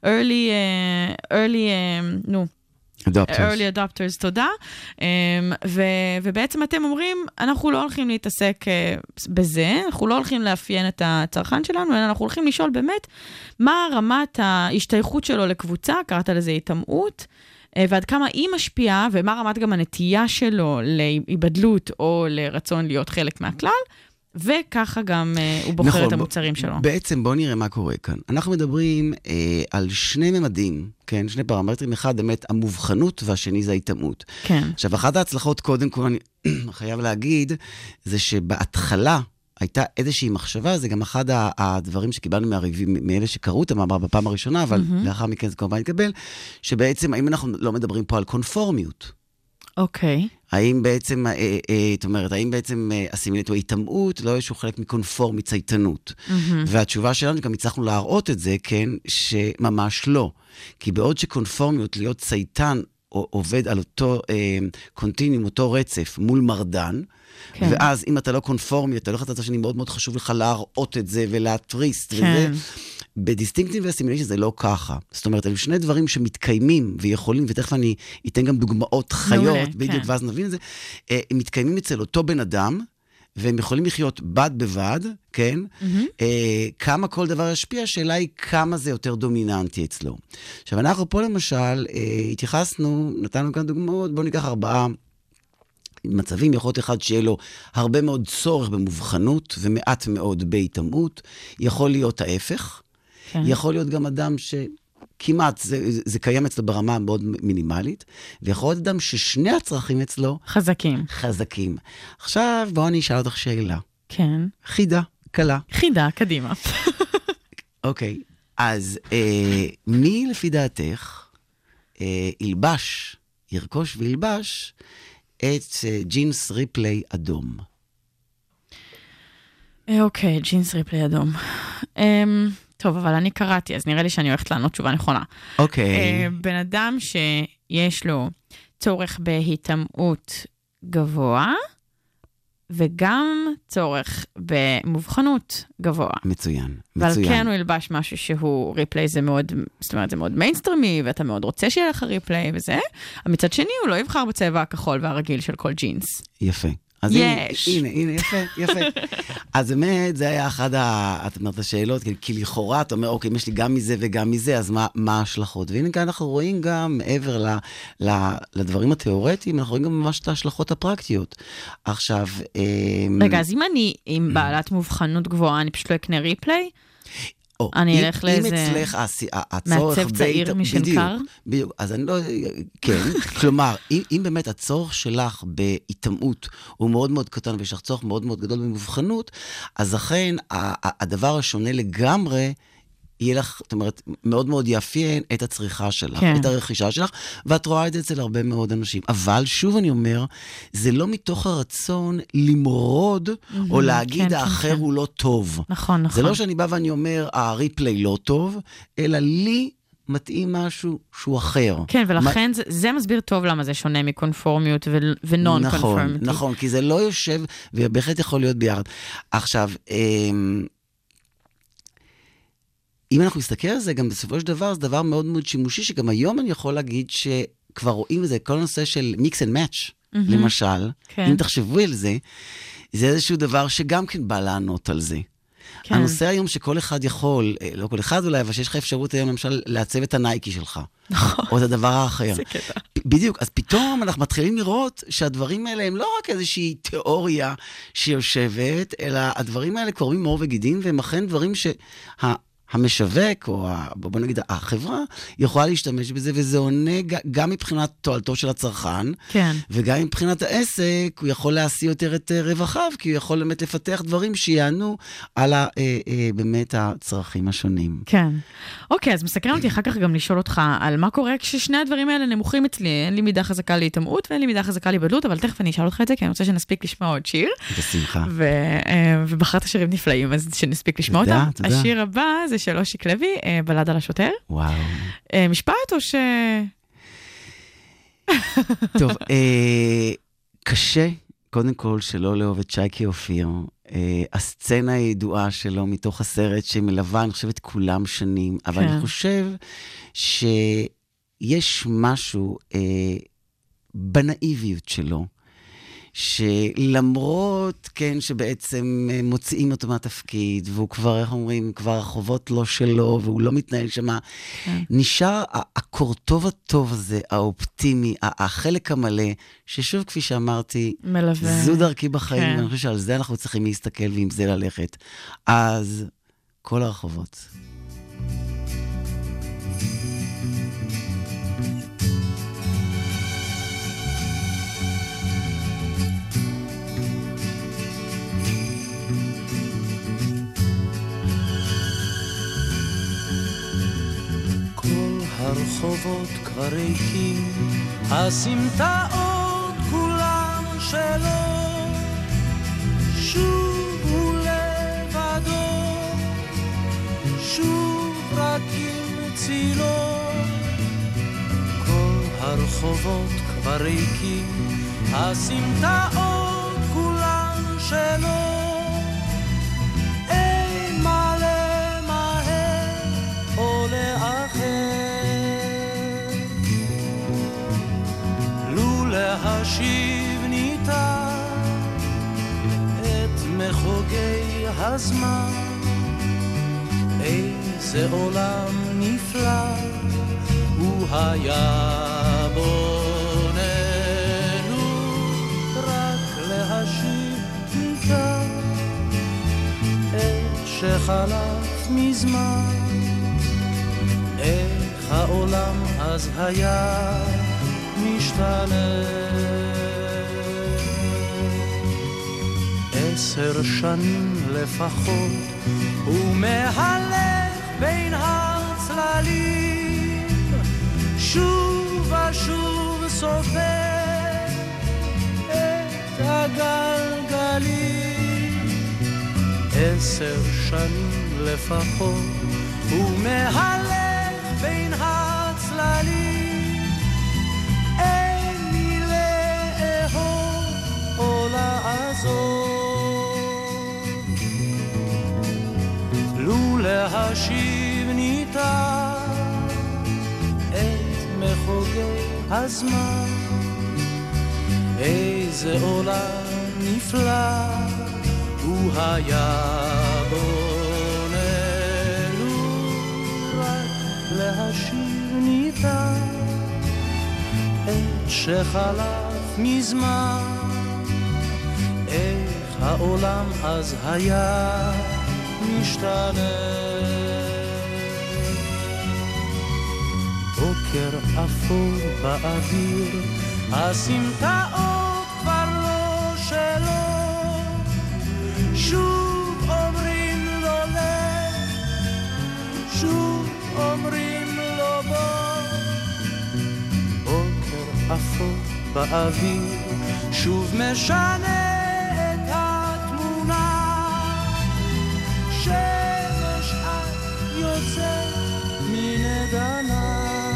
Speaker 3: early adopters, תודה. ובעצם אתם אומרים, אנחנו לא הולכים להתעסק בזה, אנחנו לא הולכים לאפיין את הצרכן שלנו, אלא אנחנו הולכים לשאול באמת מה רמת ההשתייכות שלו לקבוצה, קראת לזה התאמות, ועד כמה היא משפיעה, ומה רמת גם הנטייה שלו להיבדלות או לרצון להיות חלק מהכלל, וככה גם הוא בוחר את המוצרים שלו.
Speaker 5: בעצם בואו נראה מה קורה כאן. אנחנו מדברים על 2 ממדים, כן, 2 פרמטרים, אחד באמת המובחנות והשני זה ההתאמות.
Speaker 3: כן.
Speaker 5: עכשיו, אחת ההצלחות קודם כל אני חייב להגיד, זה שבהתחלה, הייתה איזושהי מחשבה, זה גם אחד הדברים שקיבלנו מאלה שקראו את המאמר בפעם הראשונה, אבל לאחר מכן זה כמובן התקבל, שבעצם, האם אנחנו לא מדברים פה על קונפורמיות?
Speaker 4: אוקיי.
Speaker 5: האם בעצם, זאת אומרת, האם בעצם הסימיליות או ההתאמות לא איזשהו חלק מקונפורם, מצייתנות? והתשובה שלנו, גם הצלחנו להראות את זה, כן, שממש לא. כי בעוד שקונפורמיות, להיות צייתן, עובד על אותו קונטיניום, אותו רצף מול מרדן, כן. ואז אם אתה לא קונפורמי, אתה לא חצת השני, מאוד מאוד חשוב לך להראות את זה ולהטריסט כן. וזה. בדיסטינקטיב ואסימיליישן זה לא ככה. זאת אומרת, אלו שני דברים שמתקיימים ויכולים, ותכף אני אתן גם דוגמאות חיות, בדיוק, ואז נבין את זה, הם מתקיימים אצל אותו בן אדם, והם יכולים לחיות בד בבד, כן? כמה כל דבר ישפיע, השאלה היא כמה זה יותר דומיננטי אצלו. עכשיו, אנחנו פה למשל, התייחסנו, נתנו כאן דוגמאות, בואו ניקח 4 מצבים, יכול להיות אחד שיהיה לו הרבה מאוד צורך במובחנות, ומעט מאוד בהתאמות, יכול להיות ההפך, כן. יכול להיות גם אדם כמעט, זה קיים אצלו ברמה מאוד מינימלית, ויכול להיות אדם ששני הצרכים אצלו חזקים. עכשיו, בואו אני אשאל אותך שאלה.
Speaker 4: כן.
Speaker 5: חידה, קלה.
Speaker 4: חידה, קדימה.
Speaker 5: אוקיי, אז מי לפי דעתך ירכוש וילבש את ג'ינס ריפלי אדום?
Speaker 4: אוקיי, ג'ינס ריפלי אדום. טוב, אבל אני קראתי, אז נראה לי שאני הולכת לענות תשובה נכונה.
Speaker 5: אוקיי.
Speaker 4: בן אדם שיש לו צורך בהתאמות גבוה, וגם צורך במובחנות גבוה.
Speaker 5: מצוין.
Speaker 4: ועל כן הוא ילבש משהו שהוא ריפלי, זה מאוד, זאת אומרת, זה מאוד מיינסטרימי, ואתה מאוד רוצה שיהיה לך ריפלי וזה. מצד שני, הוא לא יבחר בצבע הכחול והרגיל של כל ג'ינס.
Speaker 5: יפה. אז הנה, יפה. אז באמת, זה היה אחת השאלות, כי לכאורה, אתה אומר, אוקיי, יש לי גם מזה וגם מזה, אז מה ההשלכות? והנה כאן אנחנו רואים גם, מעבר לדברים התיאורטיים, אנחנו רואים גם ממש את ההשלכות הפרקטיות. עכשיו...
Speaker 4: רגע, אז אם אני עם בעלת מובחנות גבוהה, אני פשוט לא אקנה ריפלי? אני אלך לאיזה מעצב צעיר משנקר?
Speaker 5: בדיוק, אז אני לא... כן, כלומר, אם באמת הצורך שלך בהתאמות הוא מאוד מאוד קטן, ויש לך צורך מאוד מאוד גדול במובחנות, אז אכן, הדבר השונה לגמרי, יהיה לך, זאת אומרת, מאוד מאוד יאפיין את הצריכה שלך, את הרכישה שלך, ואת רואה את זה אצל הרבה מאוד אנשים. אבל שוב אני אומר, זה לא מתוך הרצון למרוד, או להגיד האחר הוא לא טוב.
Speaker 4: נכון.
Speaker 5: זה לא שאני בא ואני אומר, הריפלי לא טוב, אלא לי מתאים משהו שהוא אחר.
Speaker 4: כן, ולכן זה מסביר טוב למה זה שונה מקונפורמיות ונון קונפורמיות.
Speaker 5: נכון, כי זה לא יושב, ובהחלט יכול להיות ביחד. עכשיו, אם אנחנו נסתכל על זה, גם בסופו של דבר, זה דבר מאוד מאוד שימושי, שגם היום אני יכול להגיד שכבר רואים את זה, כל הנושא של מיקס אנד מאץ', למשל, אם תחשבו על זה, זה איזשהו דבר שגם כן בא לענות על זה. הנושא היום שכל אחד יכול, לא כל אחד אולי, אבל שיש לך אפשרות היום למשל לעצב את הנייקי שלך. או את הדבר האחר.
Speaker 4: זה קטע.
Speaker 5: בדיוק, אז פתאום אנחנו מתחילים לראות שהדברים האלה הם לא רק איזושהי תיאוריה שיושבת, אלא הדברים האלה קוראים מאור וגידים, והם אכן דברים המשווק, או בוא נגיד, החברה, יכולה להשתמש בזה, וזה עונה גם מבחינת תועלתו של הצרכן,
Speaker 4: כן.
Speaker 5: וגם מבחינת העסק, הוא יכול להשיא יותר את רווחיו, כי הוא יכול באמת לפתח דברים שיענו על באמת הצרכים השונים.
Speaker 4: כן. אוקיי, אז מסקרן אותי אחר כך גם לשאול אותך על מה קורה כששני הדברים האלה נמוכים אצלי. אין לי מידה חזקה להתאמות, ואין לי מידה חזקה לבדלות, אבל תכף אני אשאל אותך את זה, כי אני רוצה שנספיק לשמוע עוד שיר.
Speaker 5: בשמחה.
Speaker 4: ובחרת שירים נפלאים, אז שנספיק לשמוע אותם. השיר הבא זה של אושיק לוי, בלד על השוטר.
Speaker 5: וואו.
Speaker 4: משפט או ש...
Speaker 5: טוב, קשה, קודם כל, שלא לאהוב את שייקי אופיר. הסצנה הידועה שלו מתוך הסרט שמלווה, אני חושבת, כולם שנים, אבל אני חושב שיש משהו בנאיביות שלו, שלמרות, כן, שבעצם מוציאים אותו מהתפקיד, והוא כבר, איך אומרים, כבר החובות לא שלו, והוא לא מתנהל שמה, נשאר הקורטוב הטוב הזה, האופטימי, החלק המלא, ששוב, כפי שאמרתי,
Speaker 4: מלווה.
Speaker 5: זו דרכי בחיים, ואני חושב שעל זה אנחנו צריכים להסתכל ועם זה ללכת. אז כל הרחובות.
Speaker 7: הרחובות כבר ריקים, הסמטאות כולם שלו, שוב הוא לבדו, שוב רק עם צילו. כל הרחובות כבר ריקים, הסמטאות כולם שלו, אין מה למהר או לאחר, לו להשיב ניתן את מחוגי הזמן. איזה עולם נפלא הוא היה בוננו, רק להשיב ניתן את שחלף מזמן. איך העולם אז היה משתנה. 10 שנים לפחות הוא מהלך בין הצללים, שוב ושוב סופר את הגלגלים. 10 שנים לפחות הוא מהלך בין הצללים, אין מי לאהוב או לעזור, לו להשיב ניתן את מחוגי הזמן. איזה עולם נפלא הוא היה בוננו, רק להשיב ניתן את שחלף מזמן. איך העולם אז היה משתנה. בוקר אפור באוויר, הסמטאות כבר לא שלו, שוב אומרים לו לך, שוב אומרים לו בוא. בוקר אפור באוויר שוב משנה את התמונה, שמש את יוצאת מן עדנה.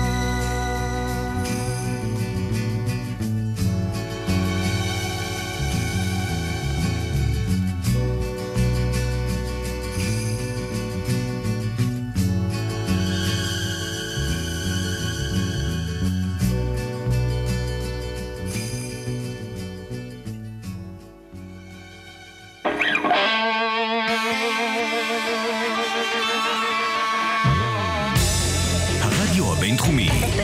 Speaker 1: הבינתחומי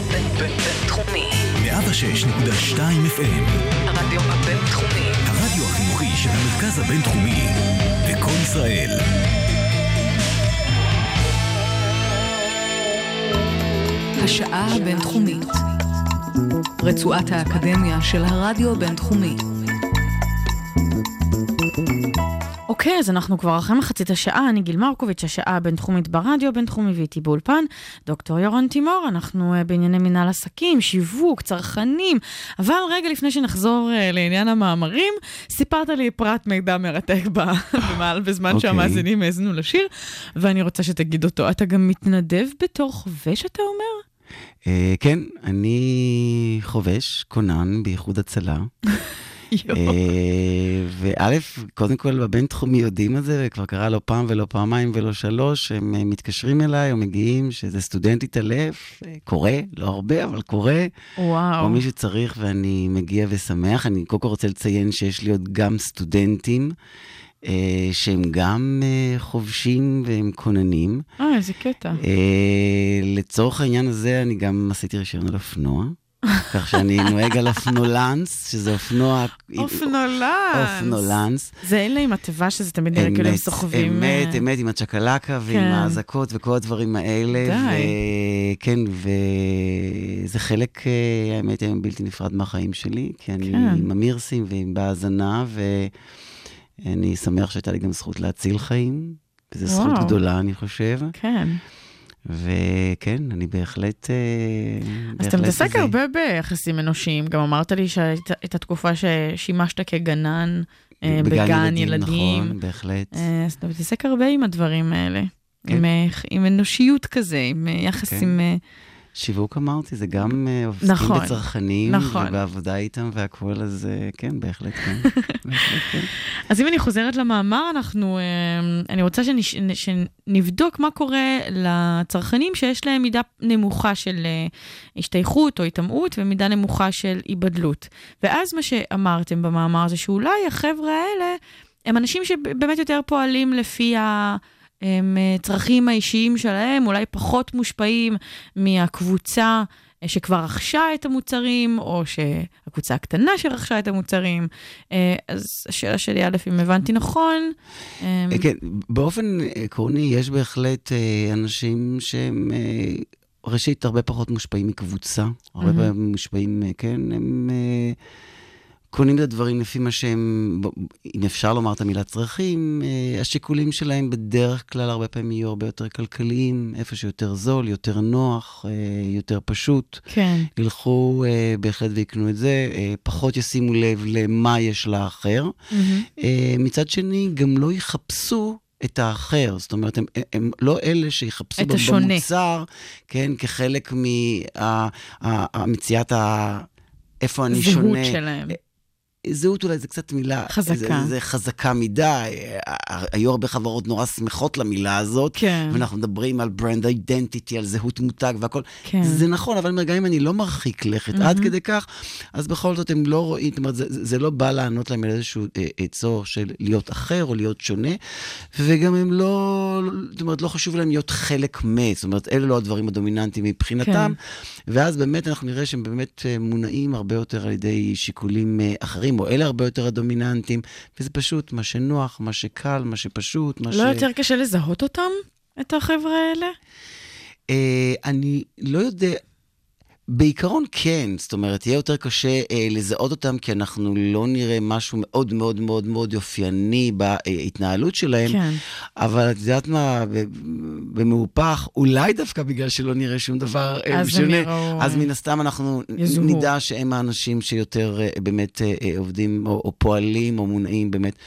Speaker 1: 106.2 FM.
Speaker 2: הרדיו הבינתחומי,
Speaker 1: הרדיו החינוכי של המרכז הבינתחומי לקול ישראל.
Speaker 2: השעה הבינתחומית, רצועת האקדמיה של הרדיו הבינתחומי.
Speaker 4: אוקיי, אז אנחנו כבר אחרי מחצית השעה. אני גיל מרקוביץ', השעה הבינתחומית ברדיו הבינתחומי, ואיתי באולפן דוקטור ירון תימור. אנחנו בענייני מנהל עסקים, שיווק, צרכנים. אבל רגע לפני שנחזור לעניין המאמרים, סיפרת לי פרט מידע מרתק בזמן שהמאזינים האזינו לשיר, ואני רוצה שתגיד אותו. אתה גם מתנדב בתור חובש, אתה אומר?
Speaker 5: כן, אני חובש, כונן, באיחוד הצלה. וא', קודם כל בבינתחומי יודעים את זה, וכבר קרה לא פעם ולא פעמיים ולא 3, הם מתקשרים אליי או מגיעים שזה סטודנט התעלף, קורה, לא הרבה, אבל קורה, או מי שצריך, ואני מגיע ושמח. אני קודם כל רוצה לציין שיש לי עוד גם סטודנטים, שהם גם חובשים והם כוננים.
Speaker 4: איזה קטע.
Speaker 5: לצורך העניין הזה אני גם עשיתי רישיון על אופנוע. כך שאני נוהג על אופנולנס, שזה אופנוע... אופנולנס.
Speaker 4: זה אלה עם הטבע שזה תמיד נראה כאילו הם סוחבים...
Speaker 5: אמת, עם הצ'קלקה ועם ההזקות וכל הדברים האלה. כן, וזה חלק, האמת, הם בלתי נפרד מהחיים שלי, כי אני עם המירסים ועם בהאזנה, ואני שמח שהייתה לי גם זכות להציל חיים. וזו זכות גדולה, אני חושב.
Speaker 4: כן.
Speaker 5: וכן, אני בהחלט...
Speaker 3: אז אתה מתעסק הרבה ביחסים אנושיים, גם אמרת לי שהייתה תקופה ששימשת כגנן בגן ילדים.
Speaker 5: נכון, בהחלט.
Speaker 3: אז אתה מתעסק הרבה עם הדברים האלה, עם אנושיות כזה, עם יחס עם...
Speaker 5: שיווק אמרתי, זה גם עוסקים בצרכנים, ובעבודה איתם והכל, אז כן, בהחלט כן.
Speaker 3: אז אם אני חוזרת למאמר, אני רוצה שנבדוק מה קורה לצרכנים שיש להם מידה נמוכה של השתייכות או התאמות, ומידה נמוכה של היבדלות. ואז מה שאמרתם במאמר זה שאולי החבר'ה האלה, הם אנשים שבאמת יותר פועלים לפי הם צרכים האישיים שלהם, אולי פחות מושפעים מהקבוצה שכבר רכשה את המוצרים, או שהקבוצה הקטנה שרכשה את המוצרים. אז השאלה שלי, א', אם הבנתי נכון.
Speaker 5: כן, באופן עקרוני, יש בהחלט אנשים שהם ראשית הרבה פחות מושפעים מקבוצה, הרבה פעמים מושפעים, כן, הם... קונים את הדברים לפי מה שהם, אם אפשר לומר את המילה צרכים, השיקולים שלהם בדרך כלל הרבה פעמים יהיו הרבה יותר כלכליים, איפה שיותר זול, יותר נוח, יותר פשוט.
Speaker 3: כן.
Speaker 5: ילכו בהחלט ויקנו את זה, פחות ישימו לב למה יש לאחר. מצד שני, גם לא יחפשו את האחר, זאת אומרת, הם לא אלה שיחפשו במוצר, כן, כחלק ממציאת איפה אני שונה.
Speaker 3: זהות שלהם.
Speaker 5: זהות אולי זה קצת מילה,
Speaker 3: חזקה.
Speaker 5: זה חזקה מדי, היו הרבה חברות נורא שמחות למילה הזאת,
Speaker 3: כן.
Speaker 5: ואנחנו מדברים על ברנד אידנטיטי, על זהות מותג והכל,
Speaker 3: כן.
Speaker 5: זה נכון, אבל גם אם אני לא מרחיק לכת עד כדי כך, אז בכל זאת הם לא רואים, זאת אומרת, זה לא בא לענות להם איזשהו צורך של להיות אחר או להיות שונה, וגם הם לא, זאת אומרת, לא חשוב להם להיות חלק זאת אומרת, אלה לא הדברים הדומיננטיים מבחינתם, ואז באמת אנחנו נראה שהם באמת מונעים הרבה יותר על ידי שיקולים אחרים, או אלה הרבה יותר הדומיננטיים, וזה פשוט מה שנוח, מה שקל, מה שפשוט, מה
Speaker 3: לא יותר קשה לזהות אותם, את החבר'ה האלה?
Speaker 5: אני לא יודע, בעיקרון כן, זאת אומרת, יהיה יותר קשה לזהות אותם, כי אנחנו לא נראה משהו מאוד מאוד מאוד מאוד יופייני בהתנהלות שלהם,
Speaker 3: כן.
Speaker 5: אבל את יודעת מה, במהופך, אולי דווקא בגלל שלא נראה שום דבר שונה, אז מן הסתם אנחנו נדע שהם האנשים שיותר באמת עובדים או פועלים או מונעים באמת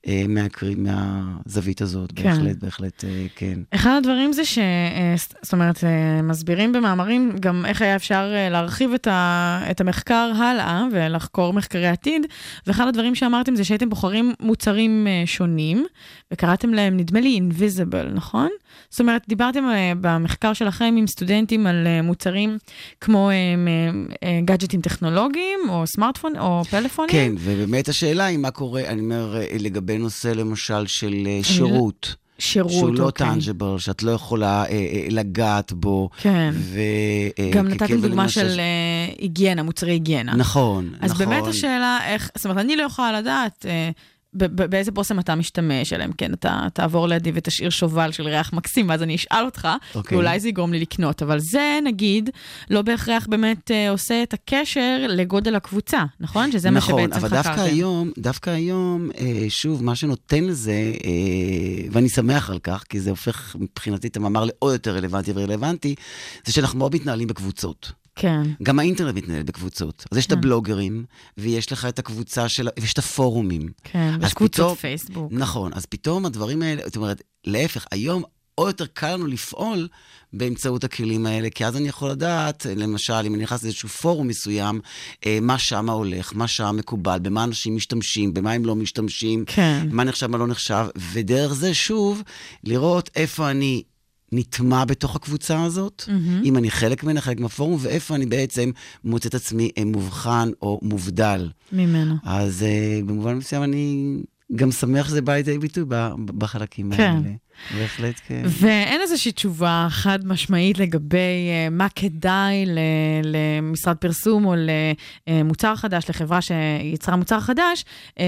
Speaker 5: מהזווית הזאת, בהחלט, בהחלט כן.
Speaker 3: אחד הדברים זה זאת אומרת, מסבירים במאמרים גם איך היה אפשר להרחיב את המחקר הלאה ולחקור מחקרי עתיד, ואחד הדברים שאמרתם זה שהייתם בוחרים מוצרים שונים, וקראתם להם, נדמה לי, invisible, נכון? זאת אומרת, דיברתם במחקר שלכם עם סטודנטים על מוצרים כמו גאדג'טים טכנולוגיים, או סמארטפון, או פלאפונים.
Speaker 5: כן, ובאמת השאלה היא מה קורה, אני אומר, לגבי נושא למשל של שירות. שהוא לא טנג'יבל, שאת לא יכולה לגעת בו.
Speaker 3: כן. גם נתתם דוגמה של היגיינה, מוצרי היגיינה.
Speaker 5: נכון,
Speaker 3: אז באמת השאלה איך, זאת אומרת, אני לא יכולה לדעת באיזה פרוסם אתה משתמש אליהם, כן, אתה תעבור לידי ותשאיר שובל של ריח מקסים, ואז אני אשאל אותך, ואולי זה יגרום לי לקנות, אבל זה, נגיד, לא בהכרח באמת עושה את הקשר לגודל הקבוצה, נכון? שזה מה שבעצם חקרתם.
Speaker 5: נכון, אבל דווקא היום, שוב, מה שנותן לזה, ואני שמח על כך, כי זה הופך מבחינתי את המאמר לעוד יותר רלוונטי ורלוונטי, זה שאנחנו מאוד מתנהלים בקבוצות.
Speaker 3: כן.
Speaker 5: גם האינטרנט מתנהל בקבוצות. אז יש את הבלוגרים, ויש לך את הקבוצה של, ויש את הפורומים.
Speaker 3: כן, ויש קבוצות פייסבוק.
Speaker 5: נכון, אז פתאום הדברים האלה, זאת אומרת, להפך, היום עוד יותר קל לנו לפעול באמצעות הכלים האלה, כי אז אני יכול לדעת, למשל, אם אני נכנס לאיזשהו פורום מסוים, מה שם הולך, מה שם מקובל, במה אנשים משתמשים, במה הם לא משתמשים,
Speaker 3: כן.
Speaker 5: מה נחשב, מה לא נחשב, ודרך זה שוב, לראות איפה אני נטמע בתוך הקבוצה הזאת, אם אני חלק ממנה, חלק מהפורום, ואיפה אני בעצם מוצא את עצמי מובחן או מובדל.
Speaker 3: ממנו.
Speaker 5: אז במובן מסוים אני גם שמח שזה בא לידי ביטוי בחלקים האלה. בהחלט כן.
Speaker 3: ואין איזושהי תשובה חד משמעית לגבי מה כדאי למשרד פרסום או למוצר חדש, לחברה שיצרה מוצר חדש,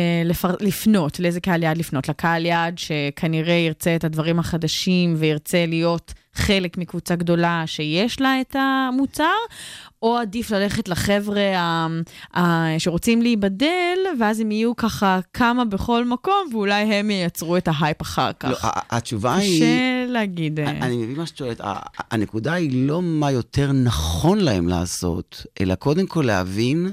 Speaker 3: לפנות, לאיזה קהל יעד לפנות? לקהל יעד שכנראה ירצה את הדברים החדשים וירצה להיות חלק מקבוצה גדולה שיש לה את המוצר, או עדיף ללכת לחבר'ה שרוצים להיבדל, ואז הם יהיו ככה כמה בכל מקום, ואולי הם ייצרו את ההייפ אחר כך.
Speaker 5: לא, התשובה היא...
Speaker 4: קשה להגיד.
Speaker 5: אני מבין מה שאת שואלת. הנקודה היא לא מה יותר נכון להם לעשות, אלא קודם כל להבין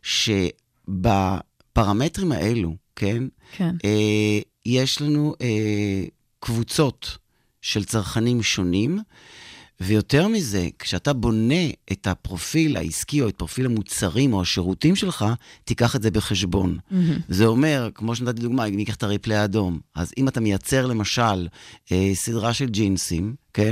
Speaker 5: שבפרמטרים האלו, כן?
Speaker 4: כן.
Speaker 5: יש לנו קבוצות של צרכנים שונים, ויותר מזה, כשאתה בונה את הפרופיל העסקי או את פרופיל המוצרים או השירותים שלך, תיקח את זה בחשבון. זה אומר, כמו שנתתי דוגמה, אם ניקח את הריפלי האדום, אז אם אתה מייצר למשל סדרה של ג'ינסים, כן?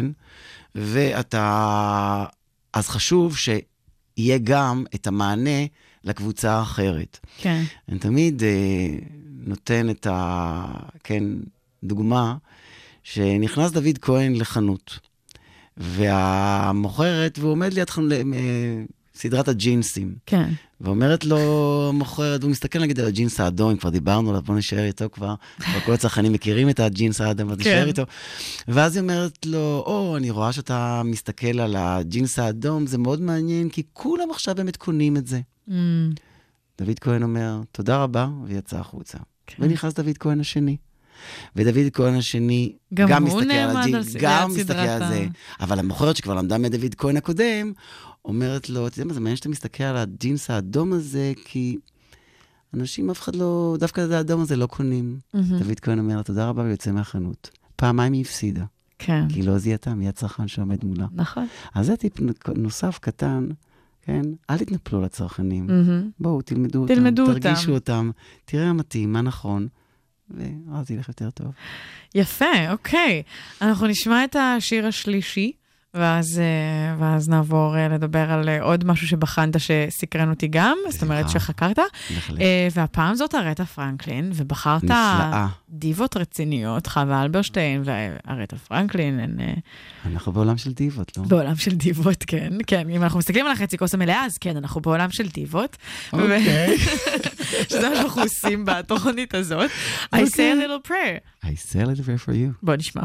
Speaker 5: אז חשוב שיהיה גם את המענה לקבוצה האחרת.
Speaker 4: כן.
Speaker 5: אני תמיד נותן את דוגמה, שנכנס דוד כהן לחנות, והמוכרת, והוא עומד ליד סדרת הג'ינסים.
Speaker 4: כן.
Speaker 5: ואומרת לו מוכרת, והוא מסתכל נגיד על הג'ינס האדום, כבר דיברנו עליו, בוא נשאר איתו כבר כל הצרכנים מכירים את הג'ינס האדום, אז נשאר איתו. ואז היא אומרת לו, אני רואה שאתה מסתכל על הג'ינס האדום, זה מאוד מעניין, כי כולם עכשיו באמת קונים את זה. דוד כהן אומר, תודה רבה, ויצא החוצה. ונכנס דוד כהן השני. ודוד כהן השני גם מסתכל על הג'ינס, גם מסתכל על זה. אבל המוכרת שכבר למדה מדוד כהן הקודם, אומרת לו, אתה יודע מה, זה מעניין שאתה מסתכל על הג'ינס האדום הזה, כי אנשים אף אחד לא, דווקא את האדום הזה לא קונים. דוד כהן אומר, תודה רבה, ויוצא מהחנות. פעמיים היא הפסידה.
Speaker 4: כן.
Speaker 5: כי לא זיהתה, מי הצרכן שעומד מולה.
Speaker 4: נכון.
Speaker 5: אז זה טיפ נוסף קטן, כן? אל תתנפלו לצרכנים. בואו, תלמדו אותם, תרגישו אותם, תראה המתאים, מה נכון. ואז ילך יותר טוב.
Speaker 4: יפה, אוקיי. אנחנו נשמע את השיר השלישי, ואז נעבור לדבר על עוד משהו שבחנת שסקרן אותי גם, זאת אומרת שחקרת. והפעם זאת ארתה פרנקלין, ובחרת דיבות רציניות, חווה אלברשטיין וארתה פרנקלין.
Speaker 5: אנחנו בעולם של דיבות, לא?
Speaker 4: בעולם של דיבות, כן. כן, אם אנחנו מסתכלים על החצי כוס המלאה, אז כן, אנחנו בעולם של דיבות.
Speaker 5: אוקיי.
Speaker 4: שזה מה שאנחנו עושים בתוכנית הזאת. I say a little prayer.
Speaker 5: I say a little prayer for you.
Speaker 4: בוא נשמע.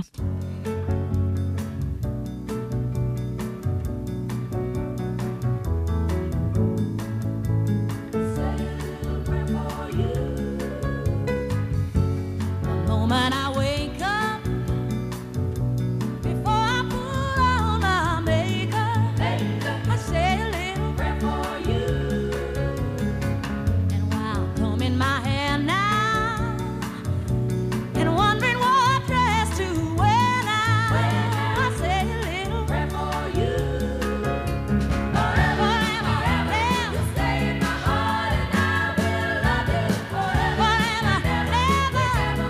Speaker 6: When I wake up, before I put on my makeup, I say a little prayer for you. And while combing my hair now, and wondering what dress to wear now, I say a little prayer for you. Forever, forever, you stay in my heart, and I will love you forever, never, never.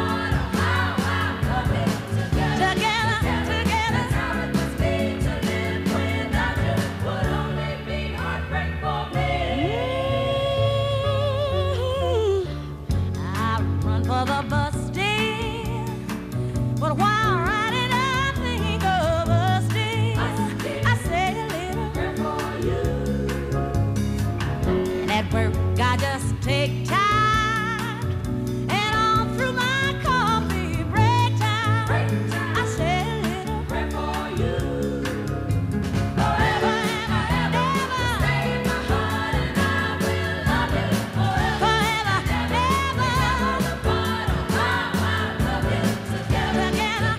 Speaker 6: I just take time, and all through my coffee break time, I say a little prayer for you. Forever, ever, ever, stay in my heart, and I will love you forever, ever, ever. I love you together.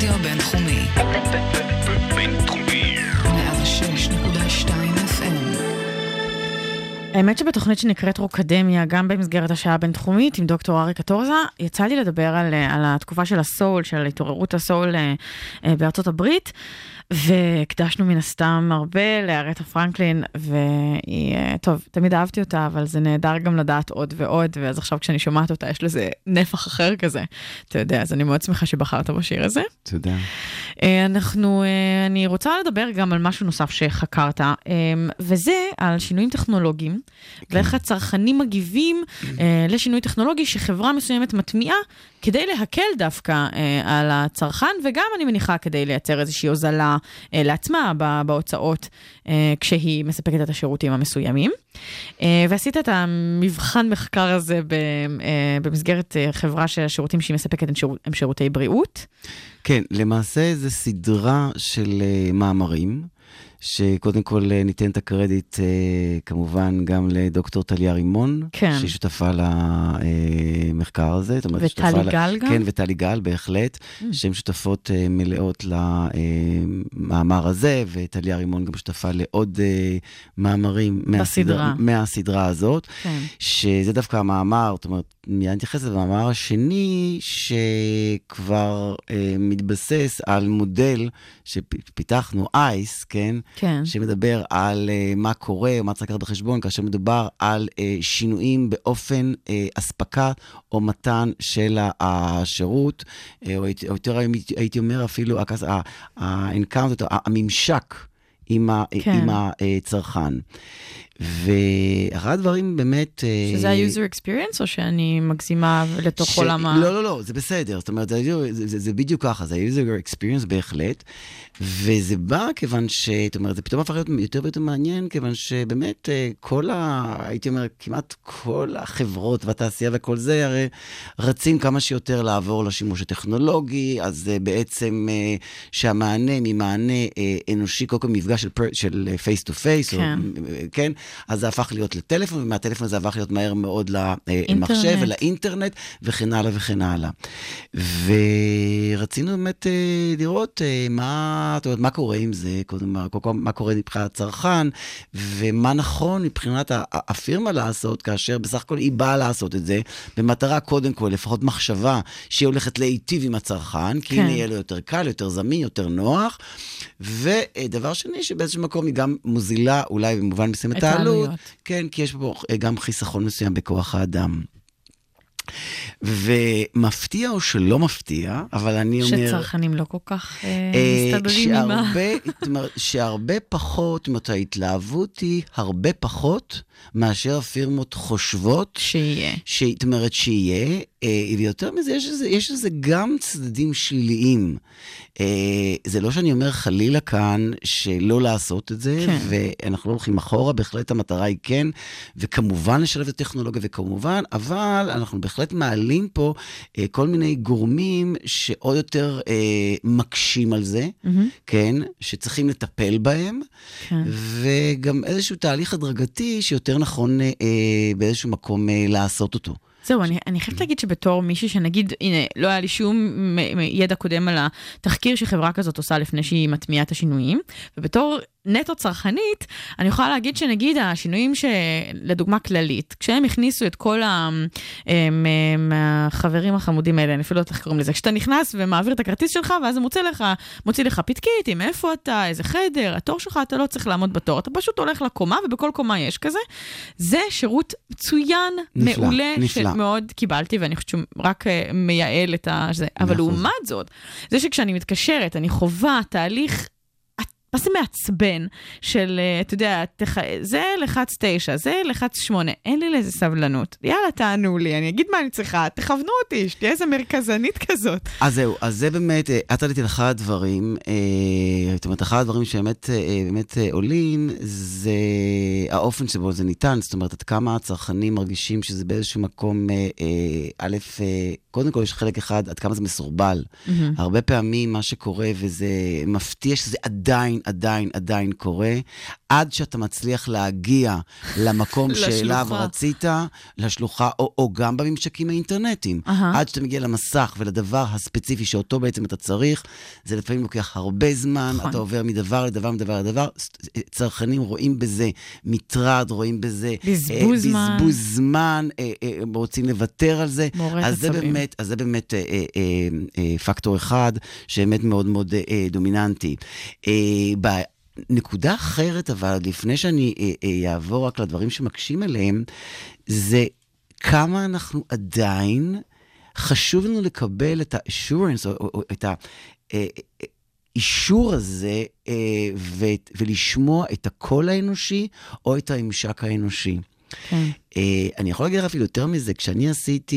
Speaker 2: הרדיו הבינתחומי.
Speaker 1: בינתחומי.
Speaker 2: 106.2 FM.
Speaker 4: האמת שבתוכנית שנקראת רוקדמיה, גם במסגרת השעה הבינתחומית עם דוקטור אריק קטורזה, יצא לי לדבר על התקופה של הסול, של התעוררות הסול בארצות הברית, והקדשנו מן הסתם הרבה לארתה פרנקלין, והיא, טוב, תמיד אהבתי אותה, אבל זה נהדר גם לדעת עוד ועוד, ואז עכשיו כשאני שומעת אותה, יש לזה נפח אחר כזה. אתה יודע, אז אני מאוד שמחה שבחרת בשיר הזה.
Speaker 5: תודה.
Speaker 4: אני רוצה לדבר גם על משהו נוסף שחקרת, וזה על שינויים טכנולוגיים, ואיך הצרכנים מגיבים לשינוי טכנולוגי שחברה מסוימת מטמיעה, כדי להקל דווקא על הצרכן, וגם אני מניחה כדי לייצר איזושהי הוזלה לעצמה בהוצאות, כשהיא מספקת את השירותים המסוימים. ועשית את המבחן מחקר הזה במסגרת חברה שהשירותים שהיא מספקת הם שירותי בריאות.
Speaker 5: כן, למעשה זה סדרה של מאמרים, שקודם כל ניתן את הקרדיט כמובן גם לדוקטור טליה רימון,
Speaker 4: כן.
Speaker 5: שהיא שותפה למחקר הזה.
Speaker 4: וטלי גל גם?
Speaker 5: כן, וטלי גל בהחלט, שהן שותפות מלאות למאמר הזה, וטליה רימון גם שותפה לעוד מאמרים מהסדרה הזאת, כן. שזה דווקא המאמר, זאת אומרת, מיד נתייחס למאמר השני, שכבר מתבסס על מודל שפיתחנו, אייס, כן?
Speaker 4: כן.
Speaker 5: שמדבר על מה קורה, או מה צריך לקחת בחשבון, כאשר מדובר על שינויים באופן אספקה או מתן של השירות, או יותר הייתי אומר אפילו, הממשק עם הצרכן. ואחד הדברים באמת...
Speaker 4: שזה ה-user experience, או שאני מגזימה לתוך עולם ה...
Speaker 5: לא, זה בסדר. זאת אומרת, זה בדיוק ככה, זה ה-user experience בהחלט, וזה בא כיוון זאת אומרת, זה פתאום הפך להיות יותר ויותר מעניין, כיוון שבאמת הייתי אומר, כמעט כל החברות והתעשייה וכל זה, הרי רצים כמה שיותר לעבור לשימוש הטכנולוגי, אז בעצם שהמענה ממענה אנושי, כל מפגש של face to face, כן, אז זה הפך להיות לטלפון, ומהטלפון זה הפך להיות מהר מאוד למחשב ולאינטרנט, וכן הלאה וכן הלאה. ורצינו באמת לראות מה קורה עם זה, מה קורה מבחינת הצרכן, ומה נכון מבחינת הפירמה לעשות, כאשר בסך הכל היא באה לעשות את זה, במטרה קודם כל, לפחות מחשבה, שהיא הולכת להיטיב עם הצרכן, כי הנה יהיה לו יותר קל, יותר זמין, יותר נוח, ודבר שני, שבאיזשהו מקום היא גם מוזילה, אולי במובן מסוים את העלות, כן, כי יש פה גם חיסכון מסוים בכוח האדם. ומפתיע או שלא מפתיע, אבל אני אומר...
Speaker 4: שצרכנים לא כל כך מסתדרים עם מה...
Speaker 5: זאת אומרת, שהרבה פחות, זאת אומרת, ההתלהבות היא הרבה פחות, מאשר הפירמות חושבות...
Speaker 4: שיהיה.
Speaker 5: זאת אומרת, שיהיה, ויותר מזה, יש לזה גם צדדים שליליים. זה לא שאני אומר חלילה כאן שלא לעשות את זה, כן. ואנחנו לא הולכים אחורה, בהחלט המטרה היא כן, וכמובן לשלב את הטכנולוגיה, וכמובן, אבל אנחנו בהחלט מעלים פה כל מיני גורמים שעוד יותר מקשים על זה, כן, שצריכים לטפל בהם, כן. וגם איזשהו תהליך הדרגתי שיותר נכון באיזשהו מקום לעשות אותו.
Speaker 4: זהו, אני חייבת להגיד שבתור מישהי שנגיד, הנה, לא היה לי שום ידע קודם על התחקיר שחברה כזאת עושה לפני שהיא מטמיעה את השינויים, ובתור נטו צרכנית, אני יכולה להגיד שנגיד השינויים שלדוגמה כללית, כשהם הכניסו את כל החברים החמודים האלה, אני אפילו לא תחקרים לזה, כשאתה נכנס ומעביר את הכרטיס שלך, ואז הוא מוציא לך פתקית, עם איפה אתה, איזה חדר, התור שלך, אתה לא צריך לעמוד בתור, אתה פשוט הולך לקומה, ובכל קומה יש כזה. זה שירות מצוין, מעולה, שמאוד קיבלתי, ואני חושבת שהוא רק מייעל את זה. אבל לעומת זאת, זה שכשאני מתקשרת, אני חובה תהליך מה זה מעצבן של, אתה יודע, זה לחץ 9, זה לחץ 8, אין לי לאיזה סבלנות. יאללה, תענו לי, אני אגיד מה אני צריכה, תכוונו אותי, שתהיה איזה מרכזנית כזאת.
Speaker 5: אז זהו, אז זה באמת, את עליתי לך הדברים, זאת אומרת, אחד הדברים שבאמת עולים, זה האופן שבו זה ניתן, זאת אומרת, עד כמה הצרכנים מרגישים שזה באיזשהו מקום, א', קודם כל יש חלק אחד, עד כמה זה מסורבל. הרבה פעמים מה שקורה, וזה מפתיע שזה עדיין קורה, עד שאתה מצליח להגיע למקום שאליו רצית, לשלוחה, או גם בממשקים האינטרנטיים. עד שאתה מגיע למסך ולדבר הספציפי שאותו בעצם אתה צריך, זה לפעמים לוקח הרבה זמן, אתה עובר מדבר לדבר, צרכנים רואים בזה מטרד, רואים בזה בזבוז זמן, רוצים לוותר על זה, אז זה באמת פקטור אחד, שבאמת מאוד מאוד דומיננטי. נקודה אחרת, אבל לפני שאני אעבור רק לדברים שמקשים עליהם, זה כמה אנחנו עדיין חשוב לנו לקבל את האשורנס, או את האישור הזה, ולשמוע את הקול האנושי, או את הממשק האנושי. אני יכול להגיד אפילו יותר מזה, כשאני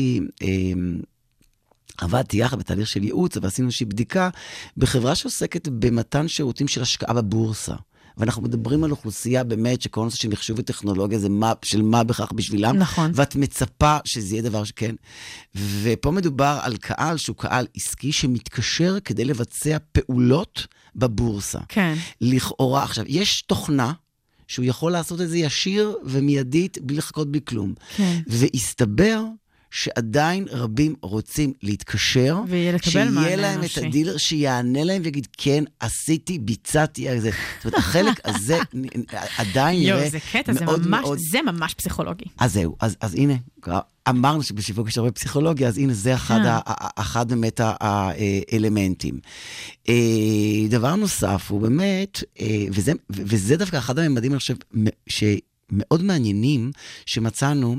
Speaker 5: עבדתי יחד בתהליך של ייעוץ, ועשינו איזושהי בדיקה בחברה שעוסקת במתן שירותים של השקעה בבורסה. ואנחנו מדברים על אוכלוסייה באמת שכל נושא של מחשוב וטכנולוגיה זה של מה בכך בשבילם.
Speaker 4: נכון.
Speaker 5: ואת מצפה שזה יהיה דבר שכן. ופה מדובר על קהל שהוא קהל עסקי שמתקשר כדי לבצע פעולות בבורסה.
Speaker 4: כן.
Speaker 5: לכאורה, עכשיו, יש תוכנה שהוא יכול לעשות את זה ישיר ומיידית בלי לחכות בלי כלום. כן. והסתבר שעדיין רבים רוצים להתקשר, שיהיה להם את הדילר שיענה להם ויגיד, כן, עשיתי, ביצעתי, זאת אומרת, החלק הזה עדיין נראה מאוד מאוד...
Speaker 4: זה ממש פסיכולוגי.
Speaker 5: אז זהו, אז הנה, אמרנו שבשיווק יש הרבה פסיכולוגיה, אז הנה, זה אחד באמת האלמנטים. דבר נוסף הוא באמת, וזה דווקא אחד הממדים, אני חושב, שמאוד מעניינים, שמצאנו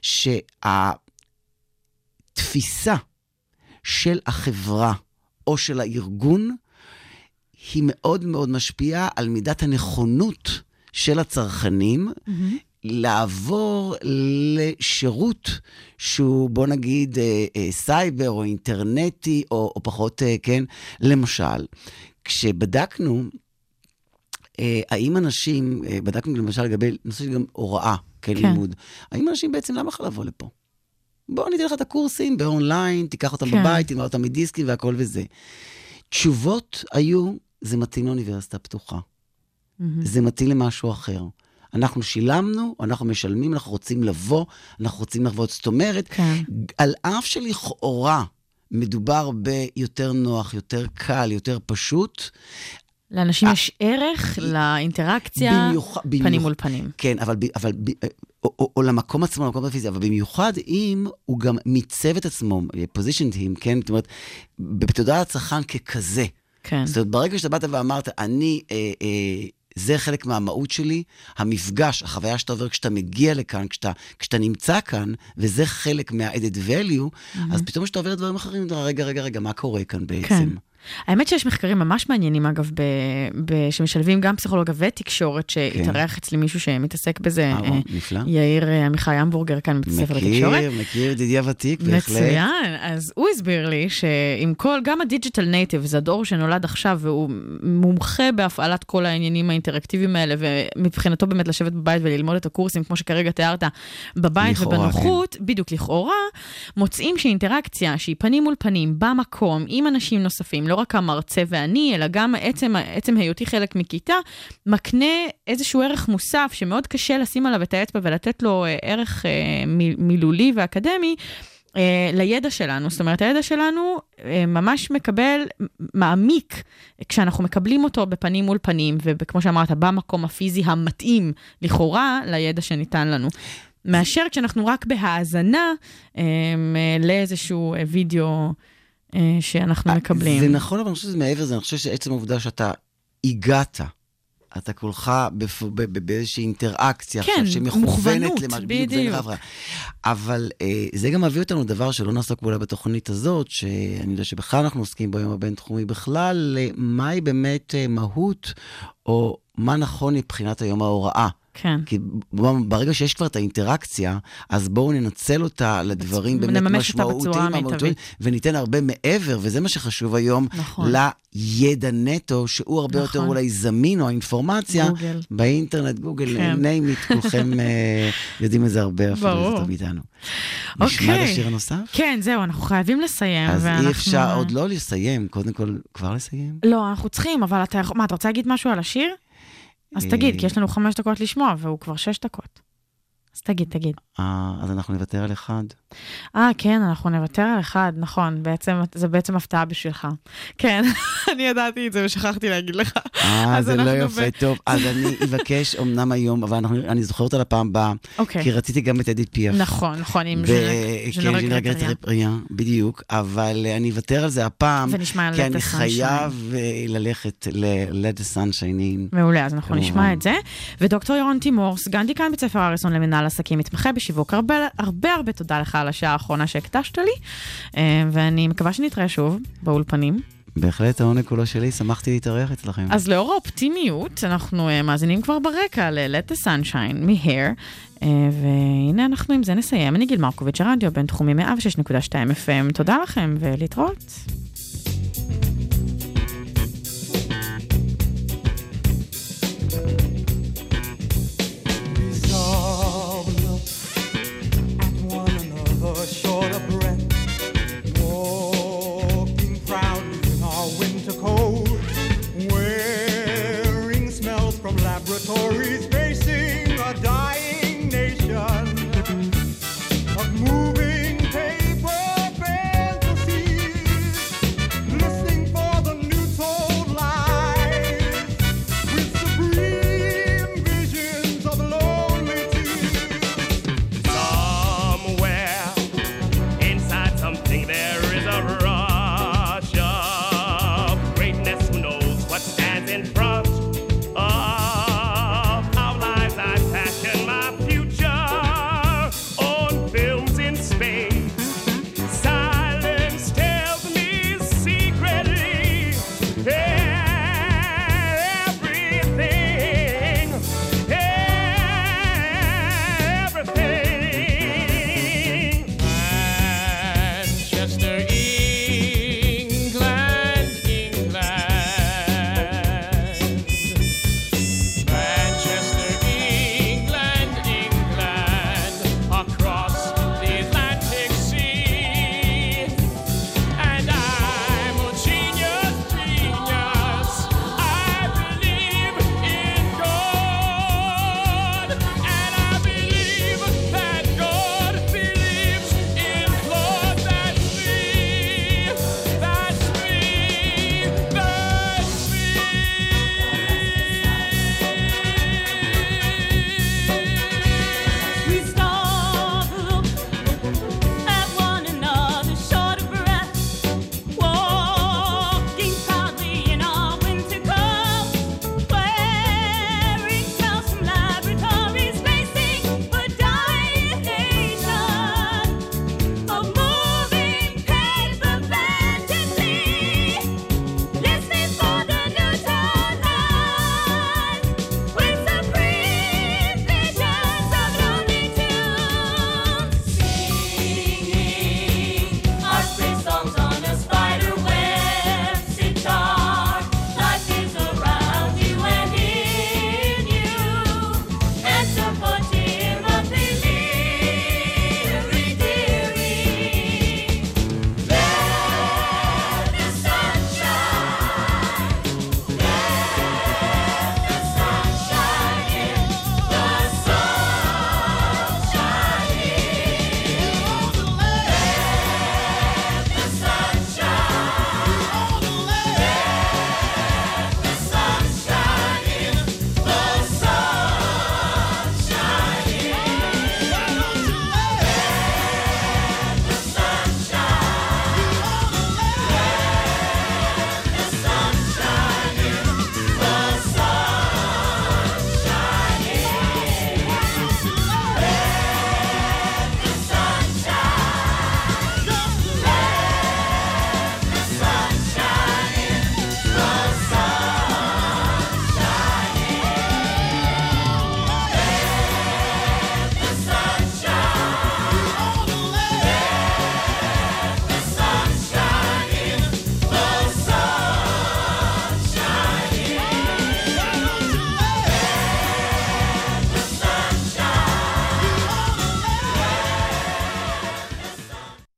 Speaker 5: תפיסה של החברה או של הארגון היא מאוד מאוד משפיעה על מידת הנכונות של הצרכנים לעבור לשירות שהוא, בוא נגיד, סייבר או אינטרנטי או פחות, כן, למשל. כשבדקנו, האם אנשים, בדקנו למשל לגבי נושא של גם הוראה, כן, לימוד, האם אנשים בעצם למה יכול לבוא לפה? בואו ניתן לך את הקורסים באונליין, תיקח אותם בבית, תלמד אותם מדיסקים והכל וזה. תשובות היו, זה מתאים לאוניברסיטה פתוחה. זה מתאים למשהו אחר. אנחנו שילמנו, אנחנו משלמים, אנחנו רוצים לבוא, אנחנו רוצים לעבוד. זאת אומרת, על אף שלכאורה מדובר ביותר נוח, יותר קל, יותר פשוט,
Speaker 4: לאנשים יש ערך לאינטראקציה פנים מול פנים.
Speaker 5: כן, אבל או למקום עצמו, למקום הפיזי, אבל במיוחד אם הוא גם מיצב את עצמו, positioned him, כן? זאת אומרת, בתודעה הצרכן ככזה. כן. זאת אומרת, ברגע שאתה באת ואמרת, זה חלק מהמהות שלי, המפגש, החוויה שאתה עובר כשאתה מגיע לכאן, כשאתה נמצא כאן, וזה חלק מה-added value, אז פתאום שאתה עובר דברים אחרים, רגע, מה קורה כאן בעצם? כן.
Speaker 4: האמת שיש מחקרים ממש מעניינים, אגב, שמשלבים גם פסיכולוגיה ותקשורת, שהתארח אצלי מישהו שמתעסק בזה, יאיר עמיחי המבורגר כאן בבית הספר לתקשורת.
Speaker 5: מכיר, דידי הוותיק, בהחלט.
Speaker 4: מצוין, אז הוא הסביר לי שעם כל, גם הדיג'יטל נייטיב, זה הדור שנולד עכשיו, והוא מומחה בהפעלת כל העניינים האינטראקטיביים האלה, ומבחינתו באמת לשבת בבית וללמוד את הקורסים, כמו שכרגע תיארת, בבית ובנוחות, בדיוק לכאורה, מוצאים שאינטראקציה, שהיא פנים מול פנים, במקום, עם אנשים נוספים, לא רק המרצה ואני, אלא גם עצם היותי חלק מכיתה, מקנה איזשהו ערך מוסף, שמאוד קשה לשים עליו את האצבע, ולתת לו ערך מילולי ואקדמי, לידע שלנו. זאת אומרת, הידע שלנו ממש מעמיק, כשאנחנו מקבלים אותו בפנים מול פנים, וכמו שאמרת, במקום הפיזי המתאים, לכאורה, לידע שניתן לנו. מאשר כשאנחנו רק בהאזנה, לאיזשהו וידאו, שאנחנו מקבלים.
Speaker 5: זה נכון, אבל אני חושב שזה מעבר זה, אני חושב שעצם העובדה שאתה הגעת, אתה כולך באיזושהי אינטראקציה,
Speaker 4: כן, מוכוונות, בדיוק.
Speaker 5: אבל זה גם מביא אותנו דבר שלא נעסוק בו בתוכנית הזאת, שאני יודע שבכלל אנחנו עוסקים ביום הבינתחומי, בכלל, מהי באמת מהות, או מה נכון מבחינת היום ההוראה.
Speaker 4: כן.
Speaker 5: כי ברגע שיש כבר את האינטראקציה, אז בואו ננצל אותה לדברים באמת משמעותיים, וניתן הרבה מעבר, וזה מה שחשוב היום, לידע נטו, שהוא הרבה יותר אולי זמין, או האינפורמציה, באינטרנט, גוגל, ניימית, כולכם יודעים את זה הרבה, אפילו זה טוב איתנו. נשמע את השיר הנוסף?
Speaker 4: כן, זהו, אנחנו חייבים לסיים.
Speaker 5: אז אי אפשר עוד לא לסיים, קודם כל כבר לסיים?
Speaker 4: לא, אנחנו צריכים, אבל אתה רוצה להגיד משהו על השיר? אז תגיד, כי יש לנו 5 דקות לשמוע, והוא כבר 6 דקות. אז תגיד.
Speaker 5: אז אנחנו נוותר על אחד.
Speaker 4: כן, אנחנו נוותר על אחד, נכון. זה בעצם הפתעה בשבילך. כן, אני ידעתי את זה ושכחתי להגיד לך.
Speaker 5: זה לא יפה, טוב. אז אני אבקש אמנם היום, אבל אני זוכרת על הפעם הבאה, כי רציתי גם את אדית פיאף.
Speaker 4: נכון, עם
Speaker 5: ז'נרגרט רפריאן, בדיוק. אבל אני אוותר על זה הפעם, כי אני חייב ללכת ל-Let the Sun Shine In.
Speaker 4: מעולה, אז אנחנו נשמע את זה. ודוקטור ירון תימור, סגן דיקן בית ספר אריסון למנהל עסקים, מתמחה בשיווק. הרבה תודה לך על השעה האחרונה שהקדשת לי, ואני מקווה שנתראה שוב באולפנים.
Speaker 5: בהחלט העונג כולו שלי, שמחתי להתארח אצלכם.
Speaker 4: אז לאור האופטימיות, אנחנו מאזינים כבר ברקע ל-Let the Sunshine מ-Hair, והנה אנחנו עם זה נסיים. אני גיל מרקוביץ', הרדיו בין תחומי 106.2 FM. תודה לכם ולהתראות.